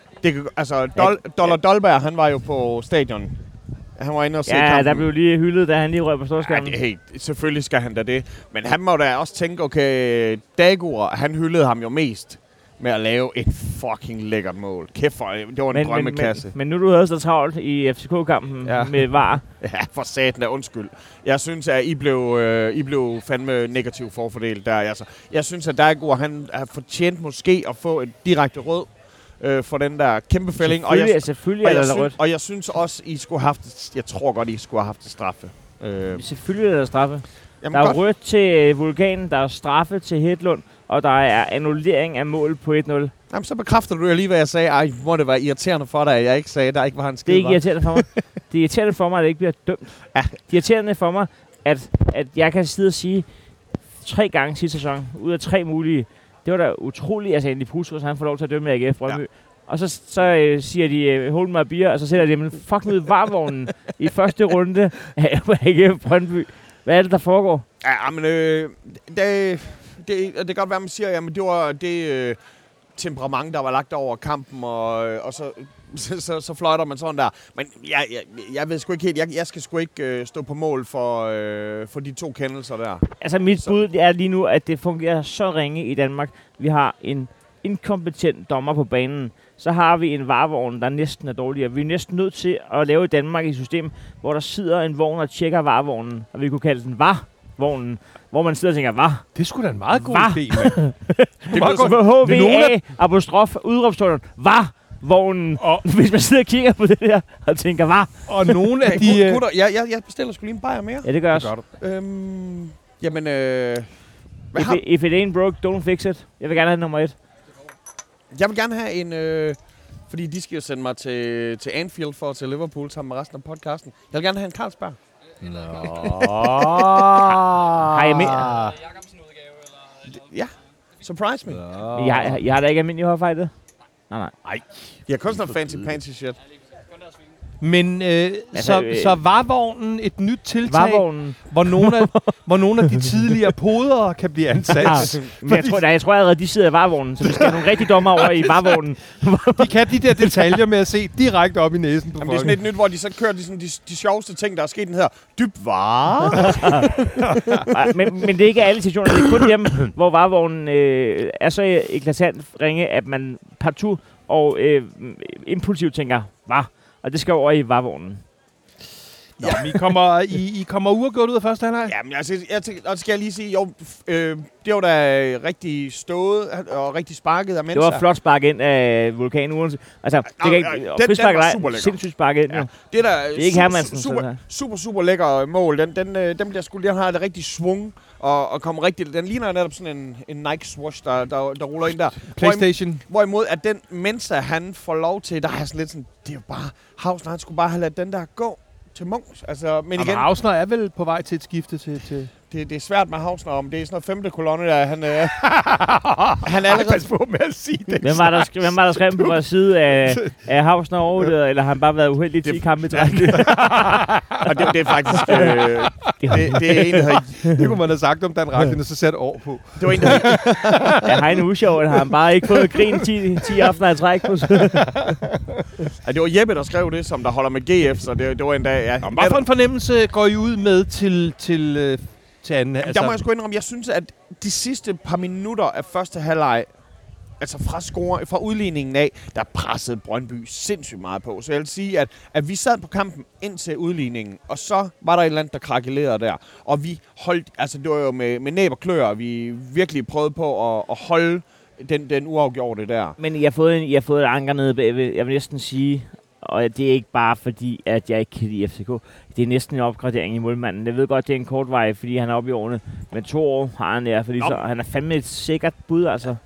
Dolberg, han var jo på stadion. Han var inde og se kampen. Ja, der blev lige hyldet, da han lige røg på storskærmen. Ja, selvfølgelig skal han da det. Men han må da også tænke, okay, Dagur, han hyldede ham jo mest med at lave et fucking lækkert mål. Kæft for, det var en drømmeklasse. Men nu du havde så travlt i FCK-kampen med VAR. Ja, for satan da, undskyld. Jeg synes, at I blev fandme negativt forfordelt der. Altså, jeg synes, at Dagur, han har fortjent måske at få et direkte rød. For den der kæmpe fælling. Og jeg synes også, I skulle have haft... Jeg tror godt, I skulle have haft det straffe. Selvfølgelig er der straffe. Jamen der er rødt til Vulkanen, der er straffe til Hedlund, og der er annullering af mål på 1-0. Jamen, så bekræfter du jo lige, hvad jeg sagde. Ej, må det være irriterende for dig, at jeg ikke sagde, at der ikke var en skid. Det er ikke irriterende for mig. Det er irriterende for mig, at det ikke bliver dømt. Ja. Det er irriterende for mig, at jeg kan sidde og sige 3 gange sidste sæson, ud af 3 mulige. Det var da utroligt, altså Andy Puskas, han får lov til at dømme AGF Brøndby. Ja. Og så siger de, hold mig bier, og så sætter de dem fuck ned i varvognen i første runde af AGF Brøndby. Hvad er det, der foregår? Ja, men det kan godt være, man siger, jamen det var det temperament, der var lagt over kampen, og så fløjter man sådan der. Men jeg ved sgu ikke helt, jeg skal sgu ikke stå på mål for de 2 kendelser der. Altså mit bud er lige nu, at det fungerer så ringe i Danmark. Vi har en inkompetent dommer på banen. Så har vi en varevogn, der næsten er dårligere. Vi er næsten nødt til at lave i Danmark et system, hvor der sidder en vogn og tjekker varevognen, og vi kunne kalde den varevognen, hvor man sidder og tænker, var. Det er sgu da en meget god idé, mand. Det er HVA, apostrof, udråbstegn, var vognen. Og hvis man sidder og kigger på det der og tænker, var. Og nogle af de... Gutter, jeg bestiller sgu lige en bajer mere. Ja, det gør jeg også. Jamen, if it ain't broke, don't fix it. Jeg vil gerne have nummer 1. Jeg vil gerne have en... fordi de skal jo sende mig til Anfield for til Liverpool sammen med resten af podcasten. Jeg vil gerne have en Carlsberg. Nå. Har jeg med? Ja. Surprise me. Jeg har da ikke almindelig hårfejde. Nej. De har kun sådan fancy shit. Men så varvognen et nyt tiltag, hvor nogle af de tidligere podere kan blive ansat. Men jeg tror allerede, de sidder i varvognen, så vi skal have nogle rigtig dommer over i varvognen. De kan de der detaljer med at se direkte op i næsen på folk. Det er sådan et nyt, hvor de så kører de sjoveste ting, der er sket den her dybvare. men det er ikke alle situationer, det er kun dem, hvor varvognen er så eklatant ringe, at man partout og impulsivt tænker, hvad? Og det skal over i varvognen. Nå, I kommer uafgjort ud af første halvleg? Jamen, og skal jeg lige sige, jo, det var da rigtig stået og rigtig sparket af Mensa. Det var flot spark ind af Vulkan uanset. Altså, det var sindssygt spark ind. Ja. Det er ikke Hermansen. Super lækker mål. Den har det rigtig svung og kommer rigtig. Den ligner netop sådan en Nike Swoosh, der ruller ind der. PlayStation. Hvorimod at den Mensa, han får lov til, der er sådan lidt sådan, det er jo bare, Hausner, han skulle bare have ladet den der gå til Munchs. Altså, men igen, Hausner er vel på vej til et skifte til... Det er svært med Hausner, om det er sådan noget femte kolonne, der han allerede... Pas på med at sige det. Hvem var der skrevet på vores side af Hausner overvurderet, eller har han bare været uheldig 10 kampe i træk? Og det er faktisk... det er en, der det kunne man have sagt om Dan Rachlin, og så sat år på. Det var en, der... Ja, Heine Usjov, har han bare ikke fået grin 10 aftener i træk på. Ja, det var Jeppe, der skrev det, som der holder med GF, så det var en dag... Ja. Hvad for en fornemmelse går I ud med til anden? Altså, der må jeg sgu indrømme, jeg synes, at de sidste par minutter af første halvleg, altså fra udligningen af, der pressede Brøndby sindssygt meget på. Så jeg vil sige, at vi sad på kampen indtil udligningen, og så var der et eller andet, der krakelerede der. Og vi holdt, altså det var jo med næb og klør, vi virkelig prøvede på at holde den uafgjorte der. Men I har fået et anker nede bagved, jeg vil næsten sige, og det er ikke bare fordi, at jeg ikke kan lide FCK. Det er næsten en opgradering i målmanden. Jeg ved godt, det er en kort vej, fordi han er oppe i årene. Men 2 år har han der, fordi så, han er fandme et sikkert bud, altså.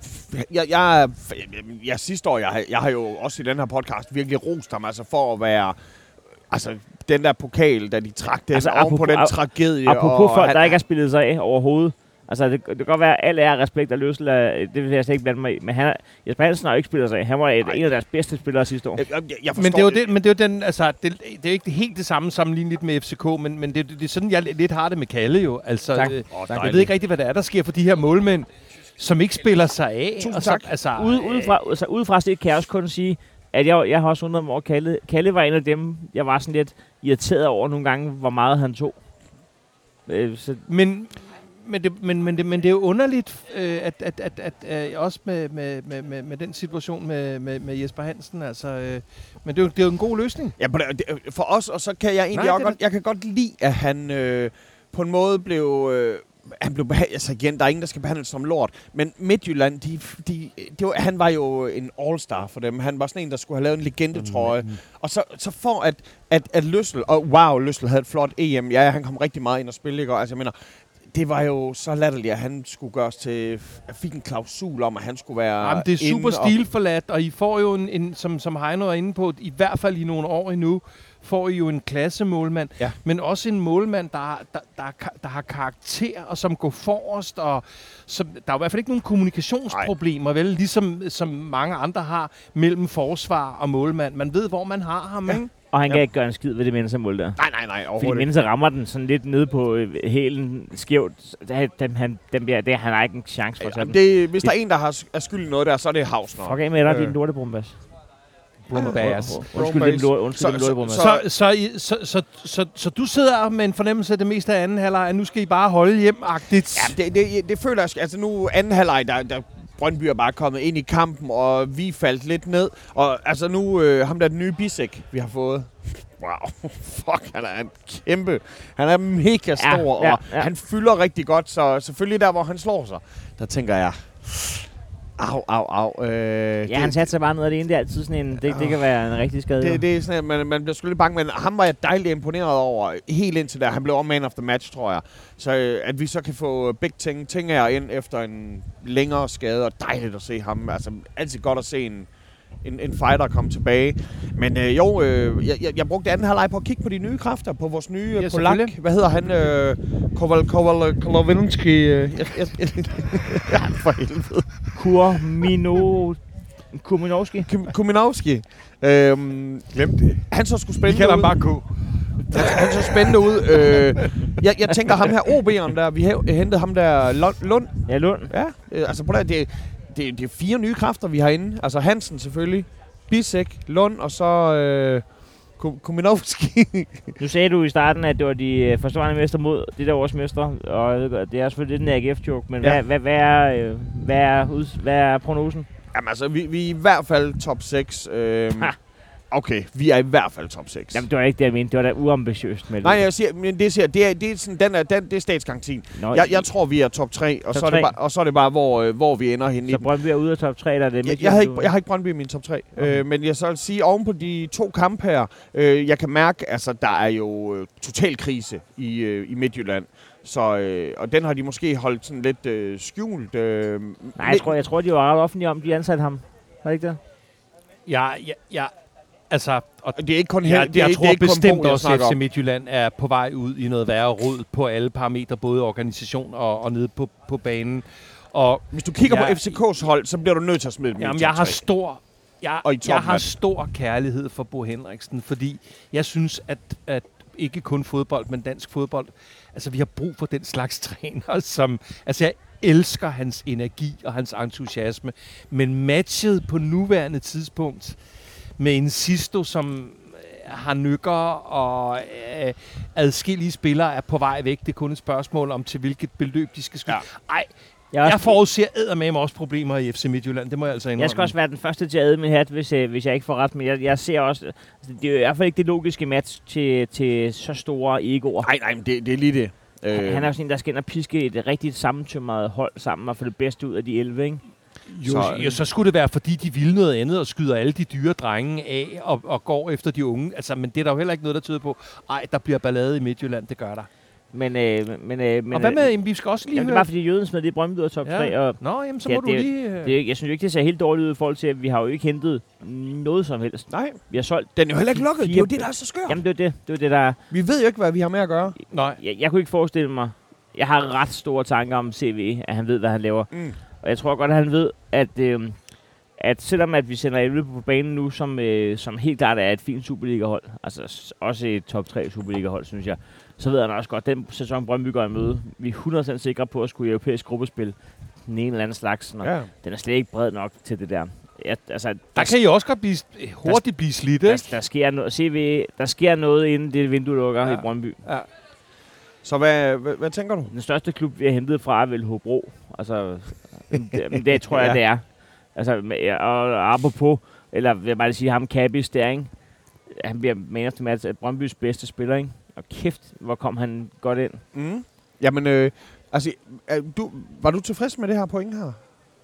Jeg sidste år, jeg har jo også i den her podcast virkelig rost ham, altså for at være... Altså, den der pokal, da de trak den altså, oven på den tragedie. Apropos folk, der ikke har spillet sig af overhovedet. Altså, det kan godt være, at alle er respekt og løsel, det vil jeg slet ikke blande mig i. Men Jesper Hansen har jo ikke spillet sig af. Han var en af deres bedste spillere sidste år. Men det er jo den, altså, det er ikke helt det samme sammenlignet med FCK, men det er sådan, jeg lidt har det med Kalle jo. Altså, jeg ved ikke rigtig, hvad det er, der sker for de her målmænd, som ikke spiller sig af. Tusind tak. Udefra set kan jeg også kun sige, at jeg har også undret mig over Kalle. Kalle var en af dem, jeg var sådan lidt irriteret over nogle gange, hvor meget han tog. Men det er jo underligt, at også med den situation med Jesper Hansen, altså, men det er jo en god løsning. Ja, for os, og så kan jeg egentlig også godt, jeg kan godt lide, at han på en måde blev... han blev altså igen, der er ingen, der skal behandles som lort, men Midtjylland, han var jo en all-star for dem. Han var sådan en, der skulle have lavet en legendetrøje. Og så for at Løssel, og wow, Løssel havde et flot EM, ja, han kom rigtig meget ind og spille, ikke? Og, altså, jeg mener, det var jo så latterligt, at han skulle gøres til... fik en klausul om, at han skulle være... Jamen, det er super stilforladt, og I får jo som Heino er inde på, i hvert fald i nogle år endnu, får I jo en klassemålmand, men også en målmand, der har karakter, og som går forrest, og som, der er i hvert fald ikke nogen kommunikationsproblemer, vel? Ligesom som mange andre har mellem forsvar og målmand. Man ved, hvor man har ham, ikke? Og han kan ikke gøre en skid ved det Mensa-mål der. Nej, fordi Mensa rammer den sådan lidt nede på hælen skævt. Han har ikke en chance for sådan. Hvis der er en, der er skyld i noget der, så er det Hausner. Fuck af med dig, din lortebrumbas. Så du sidder med en fornemmelse af det meste af anden halvleg, at nu skal I bare holde hjem-agtigt? Ja, det føler jeg. Altså nu anden halvleg, der Brøndby er bare kommet ind i kampen, og vi faldt lidt ned. Og altså nu, ham der den nye Bisek, vi har fået. Wow, fuck, han er en kæmpe. Han er mega stor, og han fylder rigtig godt. Så selvfølgelig der, hvor han slår sig, der tænker jeg... Au. Han satte sig bare ned af det ene. Det er altid sådan en... Det kan være en rigtig skade. Det er sådan, at man bliver sgu lidt bange, men ham var jeg dejligt imponeret over. Helt indtil der. Han blev man of the match, tror jeg. Så at vi så kan få begge ting her ind efter en længere skade, og dejligt at se ham. Altså, altid godt at se en fighter komme tilbage. Men jeg brugte anden halvleg på at kigge på de nye kræfter, på vores nye polak. Hvad hedder han? Kovalvinski. Ja, for helvede. Kurmino. Kuminowski. Glem det. Han så skulle spændende ud. Vi kalder ham bare K. Han så spændende ud. Jeg tænker ham her OB'eren der, vi hentede ham der Lund. Ja, Lund. Ja, altså på det er 4 nye kræfter, vi har inde. Altså Hansen selvfølgelig, Bisek, Lund og så Kuminowski. Nu sagde du i starten, at det var de forsvarende mester mod det der års mester, og det er selvfølgelig lidt en AGF-joke, men ja. Hvad er prognosen? Jamen altså, vi er i hvert fald top 6. Okay, vi er i hvert fald top 6. Jamen, det var ikke det, jeg mente. Det var da uambitiøst med det. Nej, jeg siger, men det er sådan, det er statsgarantien. Jeg tror, vi er top 3, og, så er det bare hvor vi ender henne. Så Brøndby er ude af top 3, der er det. Jeg har ikke Brøndby i min top 3, okay. Men jeg så vil sige, oven på de 2 kampe her, jeg kan mærke, altså, der er jo total krise i Midtjylland. Så, og den har de måske holdt sådan lidt skjult. Nej, jeg tror, de var ret offentlige om, de ansatte ham. Var det ikke det? Ja. Altså, og det er ikke kun jeg tror bestemt også, at FC Midtjylland er på vej ud i noget værre rod på alle parametre, både organisation og nede på banen. Og hvis du kigger på FCK's hold, så bliver du nødt til at smide dem. Jamen, jeg har stor kærlighed for Bo Henriksen, fordi jeg synes, at ikke kun fodbold, men dansk fodbold, altså vi har brug for den slags træner, som, altså jeg elsker hans energi og hans entusiasme, men matchet på nuværende tidspunkt med en Sisto, som har nykker, og adskillige spillere er på vej væk. Det er kun et spørgsmål om, til hvilket beløb de skal skyde. Ja. Jeg forudser eddermame også problemer i FC Midtjylland. Det må jeg altså indrømme. Jeg skal også være den første til at æde min hat, hvis jeg ikke får ret. Men jeg ser også, altså, det er i hvert fald ikke det logiske match til så store egoer. Nej, men det er lige det. Han er jo sådan en, der skal ind og piske et rigtigt sammentømret hold sammen og få det bedste ud af de 11, ikke? Så skulle det være, fordi de vil noget andet og skyder alle de dyre drenge af og går efter de unge. Altså, men det er der jo heller ikke noget, der tyder på. Ej, der bliver ballade i Midtjylland, det gør der. Men og hvad med, vi skal også lige høre... Det er bare fordi Jøden smed det i Brøndby ud af top 3. Og nå, jamen så må du lige... Jeg synes jo ikke, det ser helt dårligt ud i forhold til, at vi har jo ikke hentet noget som helst. Nej. Vi har solgt... Den er jo heller ikke lukket. Det er jo det, der er så skørt. Jamen, det er det, der er... Vi ved jo ikke, hvad vi har med at gøre. Nej. Jeg kunne ikke forestille mig... Jeg har ret store tanker om CV, at han ved, hvad han laver. Mm. Og jeg tror godt, at han ved, at selvom at vi sender 11 på banen nu, som helt klart er et fint Superliga-hold, altså også et top 3 Superliga-hold, synes jeg, så ved han også godt, at den sæson Brøndby går i møde. Vi er 100% sikre på at skulle i europæisk gruppespil den ene eller anden slags. Ja. Den er slet ikke bred nok til det der. Der kan I også godt hurtigt blive slidt, ikke? Der sker noget, inden det vindue lukker i Brøndby. Ja. Så hvad tænker du? Den største klub, vi har hentet fra, er vel Hobro. Altså, det tror jeg, det er. Altså, og apropos, eller vil jeg bare sige ham, Kabis der, ikke? Han bliver man of the match af Brøndbys bedste spiller, ikke? Og kæft, hvor kom han godt ind. Mm. Jamen, var du tilfreds med det her point her?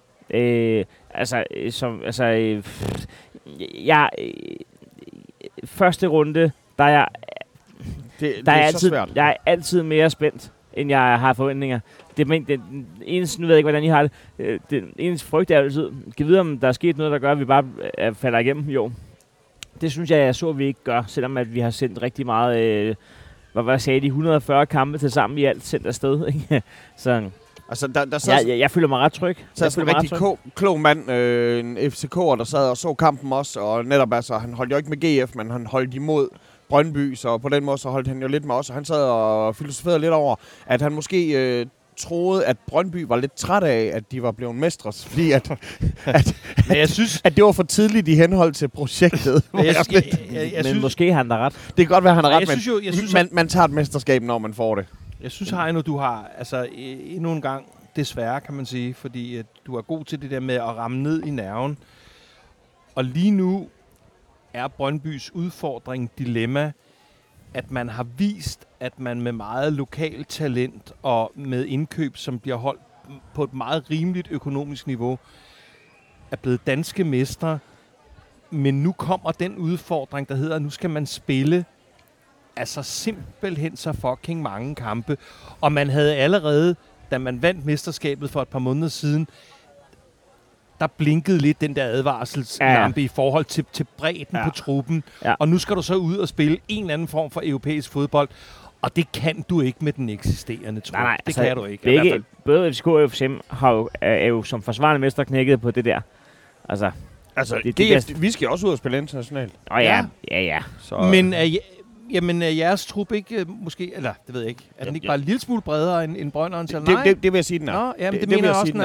Første runde, der er jeg... Jeg er altid mere spændt, end jeg har forventninger. Det eneste, nu ved jeg ikke, hvordan I har det. Den eneste frygt er altid, kan vide, om der er sket noget, der gør, at vi bare falder igennem. Jo, det synes jeg så, vi ikke gør, selvom at vi har sendt rigtig meget, hvad sagde de, 140 kampe til sammen i alt sendt afsted. Ikke? Så altså, jeg føler mig ret tryg. Så er en rigtig klog mand, en FCK'er, der sad og så kampen også, og netop altså, han holdt jo ikke med GF, men han holdt imod Brøndby, så på den måde så holdt han jo lidt med os, og han sad og filosoferede lidt over, at han måske troede, at Brøndby var lidt træt af, at de var blevet mestres, fordi jeg synes, at det var for tidligt i henhold til projektet. Men måske har han da ret. Det kan godt være, han har ret, men man tager et mesterskab, når man får det. Jeg synes, Heino, du har endnu en gang, desværre kan man sige, fordi at du er god til det der med at ramme ned i nerven. Og lige nu er Brøndbys udfordring, dilemma, at man har vist, at man med meget lokalt talent og med indkøb, som bliver holdt på et meget rimeligt økonomisk niveau, er blevet danske mestre. Men nu kommer den udfordring, der hedder, at nu skal man spille altså simpelthen så fucking mange kampe. Og man havde allerede, da man vandt mesterskabet for et par måneder siden, der blinkede lidt den der advarselslampe i forhold til bredden på truppen. Ja. Og nu skal du så ud og spille en eller anden form for europæisk fodbold. Og det kan du ikke med den eksisterende trup. Nej, det kan du ikke. Både FCK og FCM er jo som forsvarende mester knækket på det der. Altså. Altså, vi skal også ud og spille internationalt. Ja. Så, men er jeres trup ikke måske, eller det ved jeg ikke, er den ikke bare en lille smule bredere end Brønderens, eller nej? Det vil jeg sige, den er. Nå, jamen, det mener jeg også, den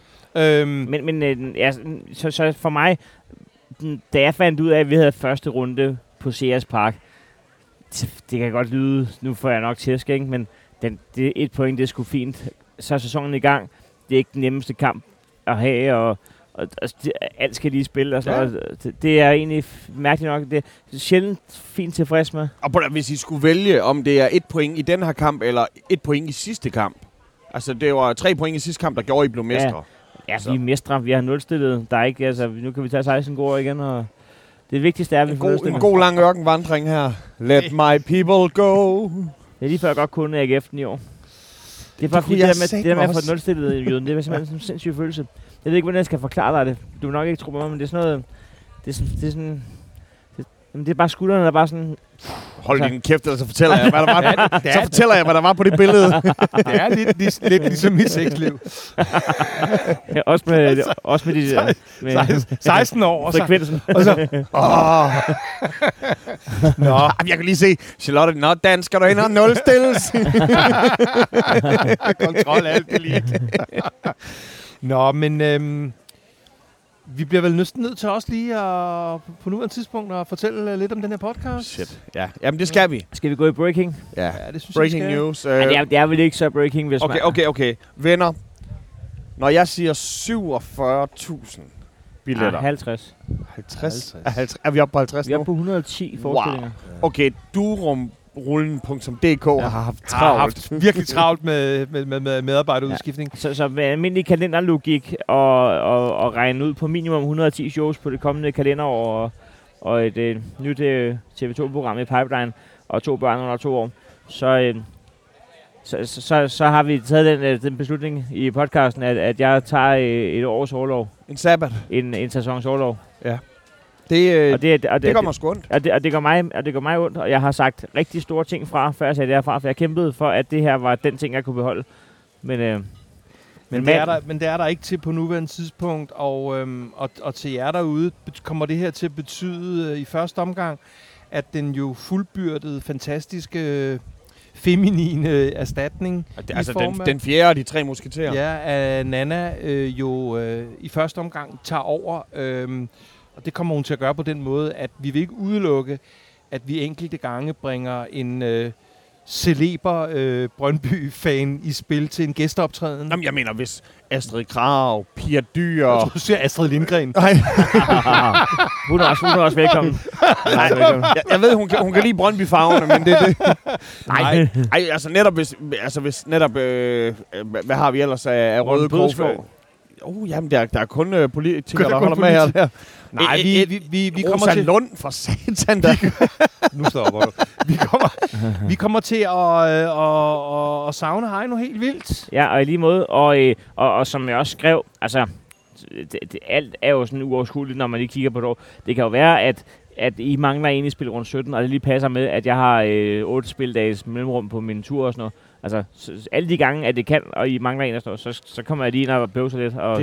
er. Så for mig, da jeg fandt ud af, at vi havde første runde på Sears Park, det kan godt lyde, nu får jeg nok tæsk, ikke? Men det 1 point, det er sgu fint. Så er sæsonen i gang. Det er ikke den nemmeste kamp at have, og alt skal lige spille. Og sådan det er egentlig mærkeligt nok. Det er sjældent fint tilfreds med. Og hvis I skulle vælge, om det er 1 point i den her kamp, eller 1 point i sidste kamp. Altså, det var 3 point i sidste kamp, der gjorde, I blev mestre. Ja, vi er mestre. Vi har nulstillet. Der er ikke, altså, nu kan vi tage 16 gode igen, og det vigtigste er, at vi får en god lang ørkenvandring her. Let my people go. Det er lige før jeg godt kunne AGF'en i år. Det er bare fordi, det der med at få nulstillet i Jyden, det er simpelthen en sindssyg følelse. Jeg ved ikke, hvordan jeg skal forklare dig det. Du vil nok ikke tro på mig, men det er sådan noget... Det er sådan... Det er bare skuldrene, der bare sådan... Hold din kæft, så fortæller jeg, hvad der var på det billede. Det er lidt ligesom mit sexliv. Også med de... Med 16 år. Og frekvensen. Nå, jeg kan lige se, Charlotte, nå, Dan, skal du ind og nulstilles? Kontrol alt elite. Nå, men... vi bliver vel næsten nødt til også lige på nuværende tidspunkt at fortælle lidt om den her podcast. Shit, ja. Jamen, det skal vi. Skal vi gå i breaking? Ja, det synes breaking jeg, news. Det er vel ikke så breaking, hvis man... Okay. Venner, når jeg siger 47.000 billetter... 50. 50? Er vi oppe på 50 nu? Vi er oppe på 110 forestillinger. Wow. Okay, durumrullen.dk har haft virkelig travlt med medarbejderudskiftning. Ja. Så med almindelig kalenderlogik og regne ud på minimum 110 shows på det kommende kalenderår og et nyt TV2-program i pipeline og 2 børn under 2 år, så har vi taget den beslutning i podcasten, at jeg tager et års orlov. En sabbat. En sæsons orlov. Ja. Det gør mig sgu ondt. Og det gør mig ondt, og jeg har sagt rigtig store ting fra, før jeg sagde det herfra, for jeg kæmpede for, at det her var den ting, jeg kunne beholde. Men det er der ikke til på nuværende tidspunkt, og til jer derude kommer det her til at betyde i første omgang, at den jo fuldbyrdede, fantastiske, feminine erstatning. Altså den fjerde af de 3 musketerer. Ja, af Nana i første omgang tager over. Og det kommer hun til at gøre på den måde, at vi vil ikke udelukke, at vi enkelte gange bringer en celeber Brøndby-fan i spil til en gæsteoptræden. Jamen, jeg mener, hvis Astrid Krag, Pia Dyr... Jeg tror, du siger Astrid Lindgren. Nej. hun er også velkommen. Jeg ved, hun kan lide Brøndby-farverne, men det er det. Nej, altså netop hvis netop... hvad har vi ellers af Røde Krogskov? Jamen, der er kun politikere, der holder med her. Nej, vi kommer til... Lund for satan, der. Nu stopper du. Vi kommer til at savne Heino helt vildt. Ja, og i lige måde. Og som jeg også skrev, altså, alt er jo sådan uoverskueligt, når man lige kigger på det. Det kan jo være, at I mangler en i spil rundt 17, og det lige passer med, at jeg har 8 spildages mellemrum på min tur og sådan noget. Altså, alle de gange, at det kan, og I mangler en, så kommer jeg lige ind og bøvser lidt. Og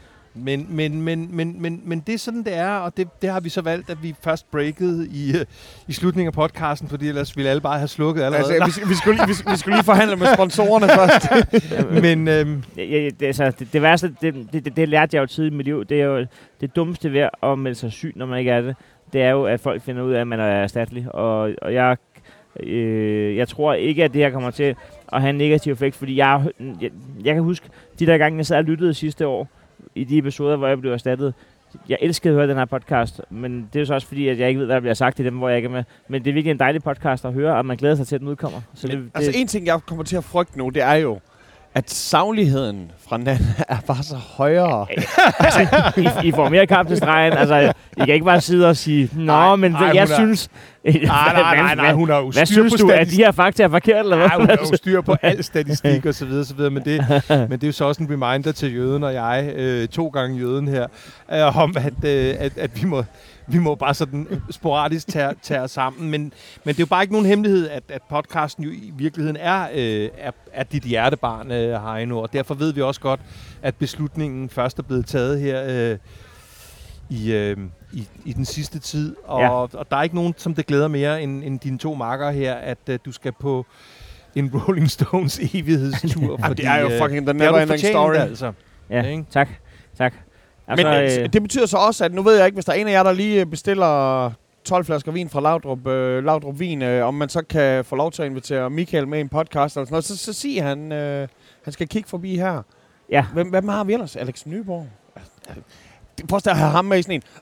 Men det er sådan, det er, og det har vi så valgt, at vi først breakede i slutningen af podcasten, fordi ellers ville alle bare have slukket allerede. Altså, vi skulle lige forhandle med sponsorerne først. Men det værste, det lærte jeg jo tidligt i mit liv. Det er jo det dummeste ved at melde sig syg, når man ikke er det. Det er jo, at folk finder ud af, at man er erstattelig. Og jeg tror ikke, at det her kommer til at have en negativ effekt, fordi jeg kan huske de der gange, jeg sad og lyttede sidste år, i de episoder, hvor jeg blev erstattet. Jeg elskede at høre den her podcast, men det er jo så også fordi, at jeg ikke ved, hvad der bliver sagt i dem, hvor jeg ikke er med. Men det er virkelig en dejlig podcast at høre, og man glæder sig til, at den udkommer. Så altså en ting, jeg kommer til at frygte nu, det er jo, at sagligheden fra Nana er bare så højere. I får mere kamp til stregen. Altså, I kan ikke bare sidde og sige, jeg synes... Nej, hun har jo hvad synes du, at de her fakta er forkert, eller hvad? Hun har jo styr på al statistik og så videre, men det er jo så også en reminder til jøden og jeg, 2 gange jøden her, om at vi må bare sådan sporadisk tage os sammen. Men det er jo bare ikke nogen hemmelighed, at podcasten jo i virkeligheden er dit hjertebarn, Heino, og derfor ved vi også godt, at beslutningen først er blevet taget her i den sidste tid. Og der er ikke nogen, som det glæder mere end dine 2 makkere her, at du skal på en Rolling Stones evighedstur. Det er jo fucking the never ending story. Altså. Ja, tak. Altså, men det betyder så også, at nu ved jeg ikke, hvis der er en af jer, der lige bestiller 12 flasker vin fra Laudrup Vin, om man så kan få lov til at invitere Michael med i en podcast eller sådan noget, så siger han skal kigge forbi her. Ja. Hvem har vi ellers? Alex Nyborg? Prøv at have ham med i sådan en.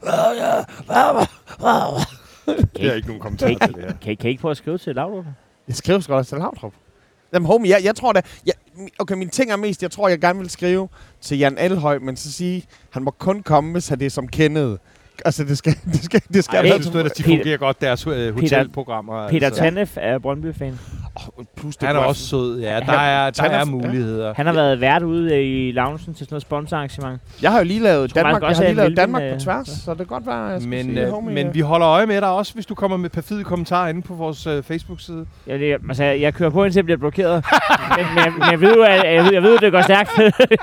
Det er ikke nogen kommentar til det her. Kan I ikke prøve at skrive til Laudrup? Jeg skriver sgu da til Laudrup. Jamen homie, jeg tror da... Okay, min ting er mest, jeg tror, jeg gerne vil skrive til Jan Elhøj, men så sige, han må kun komme, hvis det er som Kenneth. Altså, det skal jeg synes, at de fungerer godt, deres hotelprogrammer. Peter Tanef er Brøndby-fan. Han er også sød, ja. Der er muligheder. Han har været vært ude i loungen til sådan noget sponsorarrangement. Jeg har jo lige lavet Danmark på tværs, så det kan godt være, jeg skal sige, homie. Men vi holder øje med dig også, hvis du kommer med perfide kommentarer inde på vores Facebook-side. Jeg kører på, indtil jeg bliver blokeret. men jeg ved jo, at det går stærkt.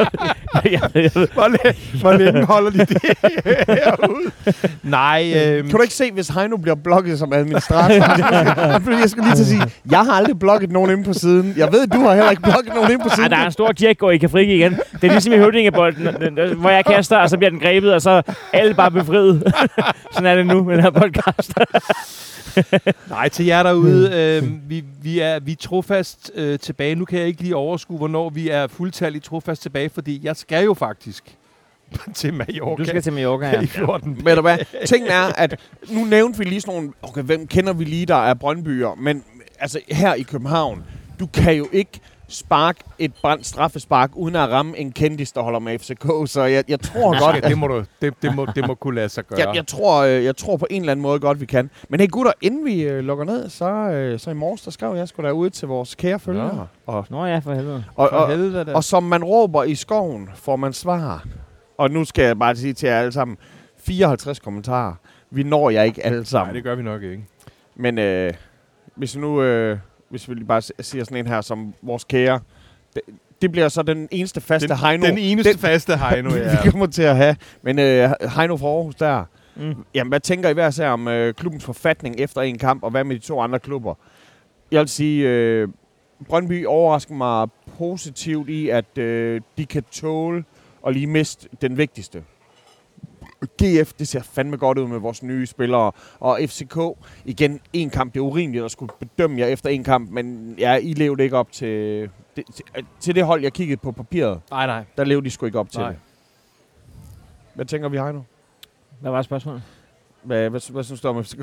Hvor længe holder de det herude? Nej. Kan du ikke se, hvis Heino bliver blokket som administrator? Jeg skal lige til at sige, jeg har aldrig blokket nogen inde på siden. Jeg ved, du har heller ikke blokket nogen inde på siden. Der er en stor kirkegård, I kan frigive igen. Det er ligesom i Høvdingebolden, hvor jeg kaster, og så bliver den grebet, og så er alle bare befriet. Sådan er det nu med den her podcast. Nej, til jer derude. Vi er trofast tilbage. Nu kan jeg ikke lige overskue, hvornår vi er fuldtalligt trofast tilbage, fordi jeg skal jo faktisk til Mallorca. Du skal til Mallorca, ja. I 14. Ved du hvad? Tingen er, at nu nævnte vi lige sådan nogle... Okay, hvem kender vi lige, der er Brøndbyer? Men altså, her i København, du kan jo ikke sparke et straffespark, uden at ramme en kendis, der holder med FCK. Så jeg tror godt... Det må kunne lade sig gøre. Jeg tror på en eller anden måde godt, vi kan. Men hey gutter, inden vi lukker ned, så i morges, der skrev jeg sgu da ud til vores kære følgere. Nå ja, for helvede. Og som man råber i skoven, får man svar. Og nu skal jeg bare sige til jer alle sammen, 54 kommentarer. Vi når jer ikke alle sammen. Nej, det gør vi nok ikke. Men hvis vi bare siger sådan en her som vores kære, det bliver så den eneste faste Heino. Den eneste faste Heino, ja. Vi kommer til at have. Men Heino fra Aarhus der. Jamen, hvad tænker I hver især om klubbens forfatning efter en kamp, og hvad med de 2 andre klubber? Jeg vil sige, Brøndby overrasker mig positivt i, at de kan tåle og lige miste den vigtigste. GF, det ser fandme godt ud med vores nye spillere. Og FCK, igen, en kamp. Det er urimeligt at skulle bedømme jer efter en kamp, men I levede ikke op til det hold, jeg kiggede på papiret. Nej. Der levede de sgu ikke op til det. Hvad tænker vi, Heino? Hvad var spørgsmålet? Hvad synes du om FCK?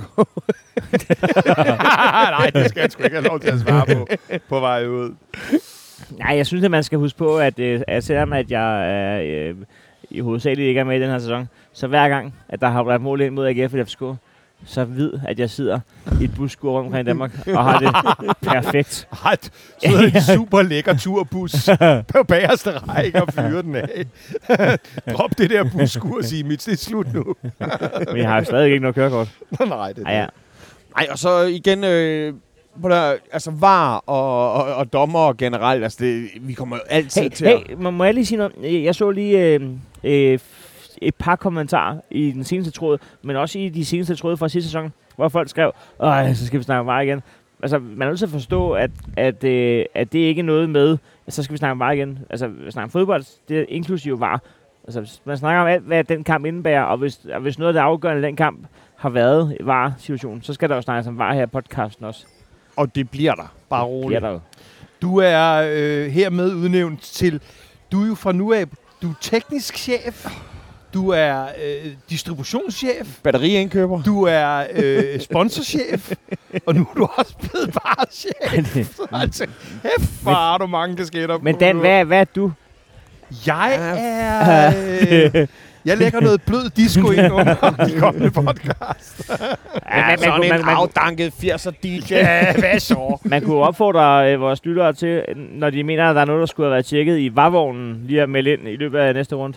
Nej, det skal jeg sgu ikke have lov til at svare på vej ud. Nej, jeg synes, at man skal huske på, at selvom at jeg i hovedsageligt ikke er med i den her sæson, så hver gang, at der har været mål ind mod AGF og FCK, så ved, at jeg sidder i et busskur rundt omkring Danmark og har det perfekt. Så er en super lækker turbus på bagerste række og fyre den af. Drop det der busskur og sige, det er slut nu. Men jeg har jo stadig ikke noget kørekort. Nej, det er det. Nej, og så igen... på der, altså VAR og dommer generelt, altså vi kommer altid til at... Må jeg lige sige noget? Jeg så lige et par kommentarer i den seneste tråd, men også i de seneste tråde fra sidste sæson, hvor folk skrev, så skal vi snakke VAR igen. Altså, man er nødt til at forstå, at det ikke er noget med, så skal vi snakke VAR igen. Altså, vi snakker fodbold, det er inklusive VAR. Altså, man snakker om alt, hvad den kamp indebærer, og hvis noget af det afgørende den kamp har været VAR-situationen, så skal der jo snakkes om VAR her i podcasten også. Og det bliver der. Bare roligt. Du er hermed udnævnt til... Du er jo fra nu af... Du er teknisk chef. Du er distributionschef. Batteriindkøber. Du er sponsorchef. Og nu er du også blevet varechef. Altså, har du mange kasketter. Men Dan, hvad er du? Jeg er... Jeg lægger noget blød disco ind under de kommende podcast. Sådan en afdanket 80'er DJ. Ja, hvad så? Man kunne opfordre vores lyttere til, når de mener, at der er noget, der skulle have været tjekket i varvognen, lige at melde ind i løbet af næste runde.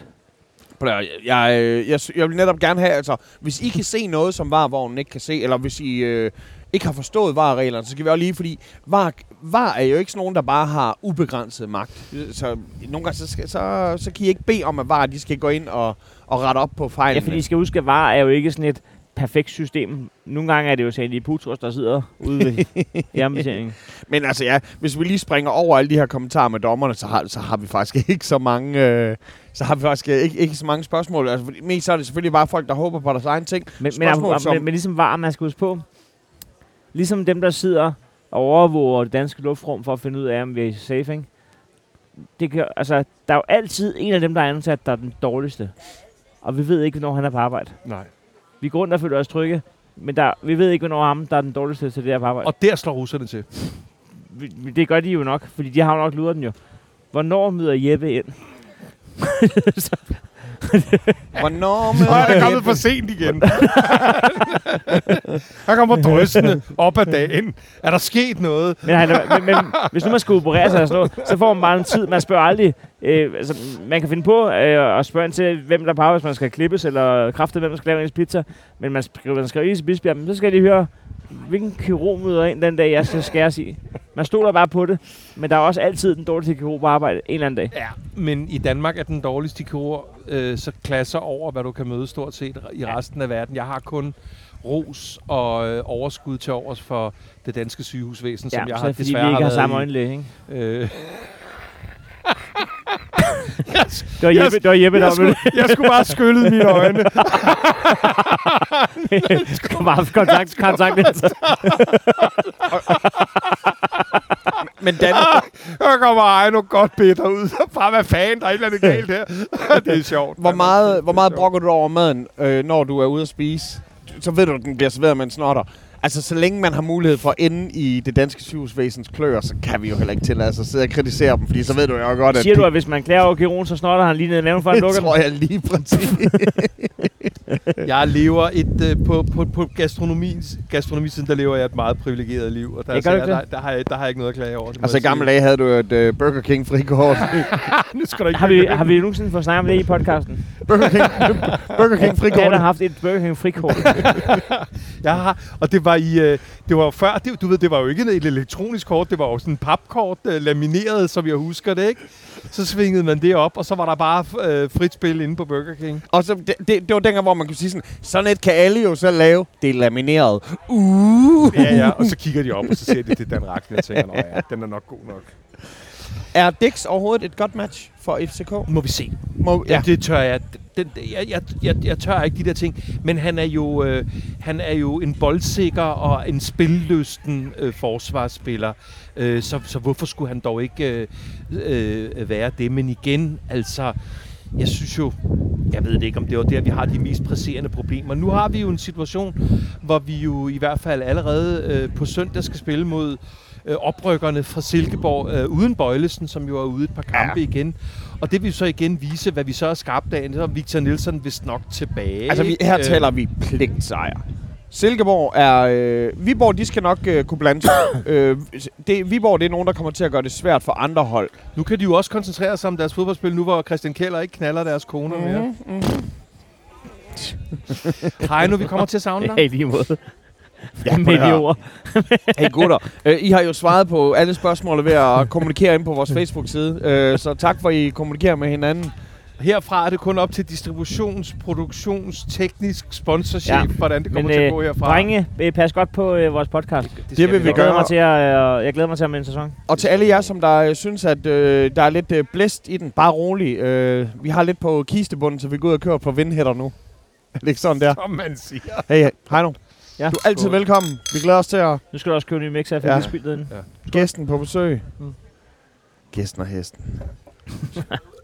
Jeg vil netop gerne have, altså, hvis I kan se noget, som varvognen ikke kan se, eller hvis I ikke har forstået VAR-reglerne, så skal vi også lige, fordi VAR er jo ikke sådan nogen, der bare har ubegrænset magt. Så nogle gange, så kan I ikke bede om, at VAR de skal gå ind og rette op på fejlen. Ja, fordi I skal huske, at VAR er jo ikke sådan et perfekt system. Nogle gange er det jo Sandy Putros, der sidder ude ved hjemmebetjeningen. Men altså ja, hvis vi lige springer over alle de her kommentarer med dommerne, så har vi faktisk ikke så mange... så har vi faktisk ikke så mange spørgsmål. Altså, mest så er det selvfølgelig bare folk, der håber på deres egen ting. Men ligesom VAR, man skal huske på, ligesom dem, der sidder og overvåger det danske luftrum for at finde ud af, om vi er safe, ikke? Der er jo altid en af dem, der er ansat, der er den dårligste. Og vi ved ikke, hvornår han er på arbejde. Nej. Vi går rundt og føler os trygge, men vi ved ikke, hvornår ham, der er den dårligste til det her på arbejde. Og der slår russerne til. Det gør de jo nok, fordi de har jo nok luret den jo. Hvornår møder Jeppe ind? Hvornår møder Jeppe? Han er kommet for sent igen. Han kommer drøsende op ad dagen. Er der sket noget? Men hvis nu man skal operere sig, så får man bare en tid. Man spørger aldrig. Man kan finde på at spørge ind til, hvem der er på arbejde, hvis man skal klippes, eller kræfte, hvem der skal lave en pizza. Men man skal ikke i Bispebjerg, så skal de høre, hvilken kirurg møder ind den dag, jeg skal skæres i. Man stoler bare på det, men der er også altid den dårligste kirurg på arbejde en eller anden dag. Ja, men i Danmark er den dårligste kirurg så klasser over, hvad du kan møde stort set i resten af verden. Jeg har kun ros og overskud til overs for det danske sygehusvæsen, som jeg har desværre fordi vi ikke har samme øjenlæge, ikke? Det var Jeppe, jeg skulle bare skylle mine øjne. Skulle bare kontakt. Men der kommer Ejno godt bitter ud. Bare hvad fanden, der er et eller andet galt her. Det er sjovt. Hvor meget brokker du over maden, når du er ude at spise? Så ved du, at den bliver serveret med en snotter. Altså, så længe man har mulighed for at ende i det danske sygehusvæsens kløer, så kan vi jo heller ikke tillade os at sidde og kritisere dem, fordi så ved du jo godt, at... Siger du, at hvis man klager over kirurgen, så snotter han lige ned i maven, for han lukker den? Det tror jeg lige præcis. Jeg lever på gastronomisiden, der lever jeg et meget privilegeret liv, og der har jeg ikke noget at klage over. Altså, i gamle dage havde du et Burger King frikort. Nu skal der ikke har vi nogensinde fået snakket om det i podcasten? Burger King frikort. Jeg har haft et Burger King frikort. Jeg har, og det var før, du ved, det var jo ikke et elektronisk kort, det var jo sådan en papkort, lamineret, som jeg husker det, ikke? Så svingede man det op, og så var der bare frit spil inde på Burger King. Og så det var dengang, hvor man kunne sige sådan et kan alle jo selv lave. Det er lamineret. Ja, og så kigger de op, og så ser de det Dan Rachlin, og tænker, ja, den er nok god nok. Er Dix overhovedet et godt match for FCK? Må vi se. Ja. Det tør jeg. Jeg tør ikke de der ting, men han er jo en boldsikker og en spillysten forsvarsspiller. Så hvorfor skulle han dog ikke være det? Men igen, altså, jeg synes jo, jeg ved ikke, om det var der, vi har de mest presserende problemer. Nu har vi jo en situation, hvor vi jo i hvert fald allerede på søndag skal spille mod oprykkerne fra Silkeborg uden Bøjlesen, som jo er ude et par kampe igen. Og det vil så igen vise, hvad vi så har skabt af. Så er Victor Nielsen vist nok tilbage. Altså her taler vi pligtsejr. Silkeborg er... Viborg, de skal nok kunne blande sig. Viborg, det er nogen, der kommer til at gøre det svært for andre hold. Nu kan de jo også koncentrere sig om deres fodboldspil, nu hvor Christian Keller ikke knaller deres koner mere. Hej, nu vi kommer til at savne dig. Ja, i lige måde. Ja, hey gutter, I har jo svaret på alle spørgsmål ved at kommunikere ind på vores Facebook-side. Så tak for, at I kommunikerer med hinanden. Herfra er det kun op til distributions-, produktions-, teknisk sponsorship, hvordan det kommer til at gå herfra. Drenge, pas godt på vores podcast. Det vil vi gøre. Jeg glæder mig til at med en sæson. Og til alle jer, som der synes, at der er lidt blæst i den, bare rolig. Vi har lidt på kistebunden, så vi går ud og kører på vindhætter nu. Er det ikke sådan der? Som man siger. Hey, hej nu. Ja. Du er altid velkommen. Vi glæder os til at... Nu skal du også købe en ny mixer, for spillet den. Gæsten på besøg. Gæsten og hesten.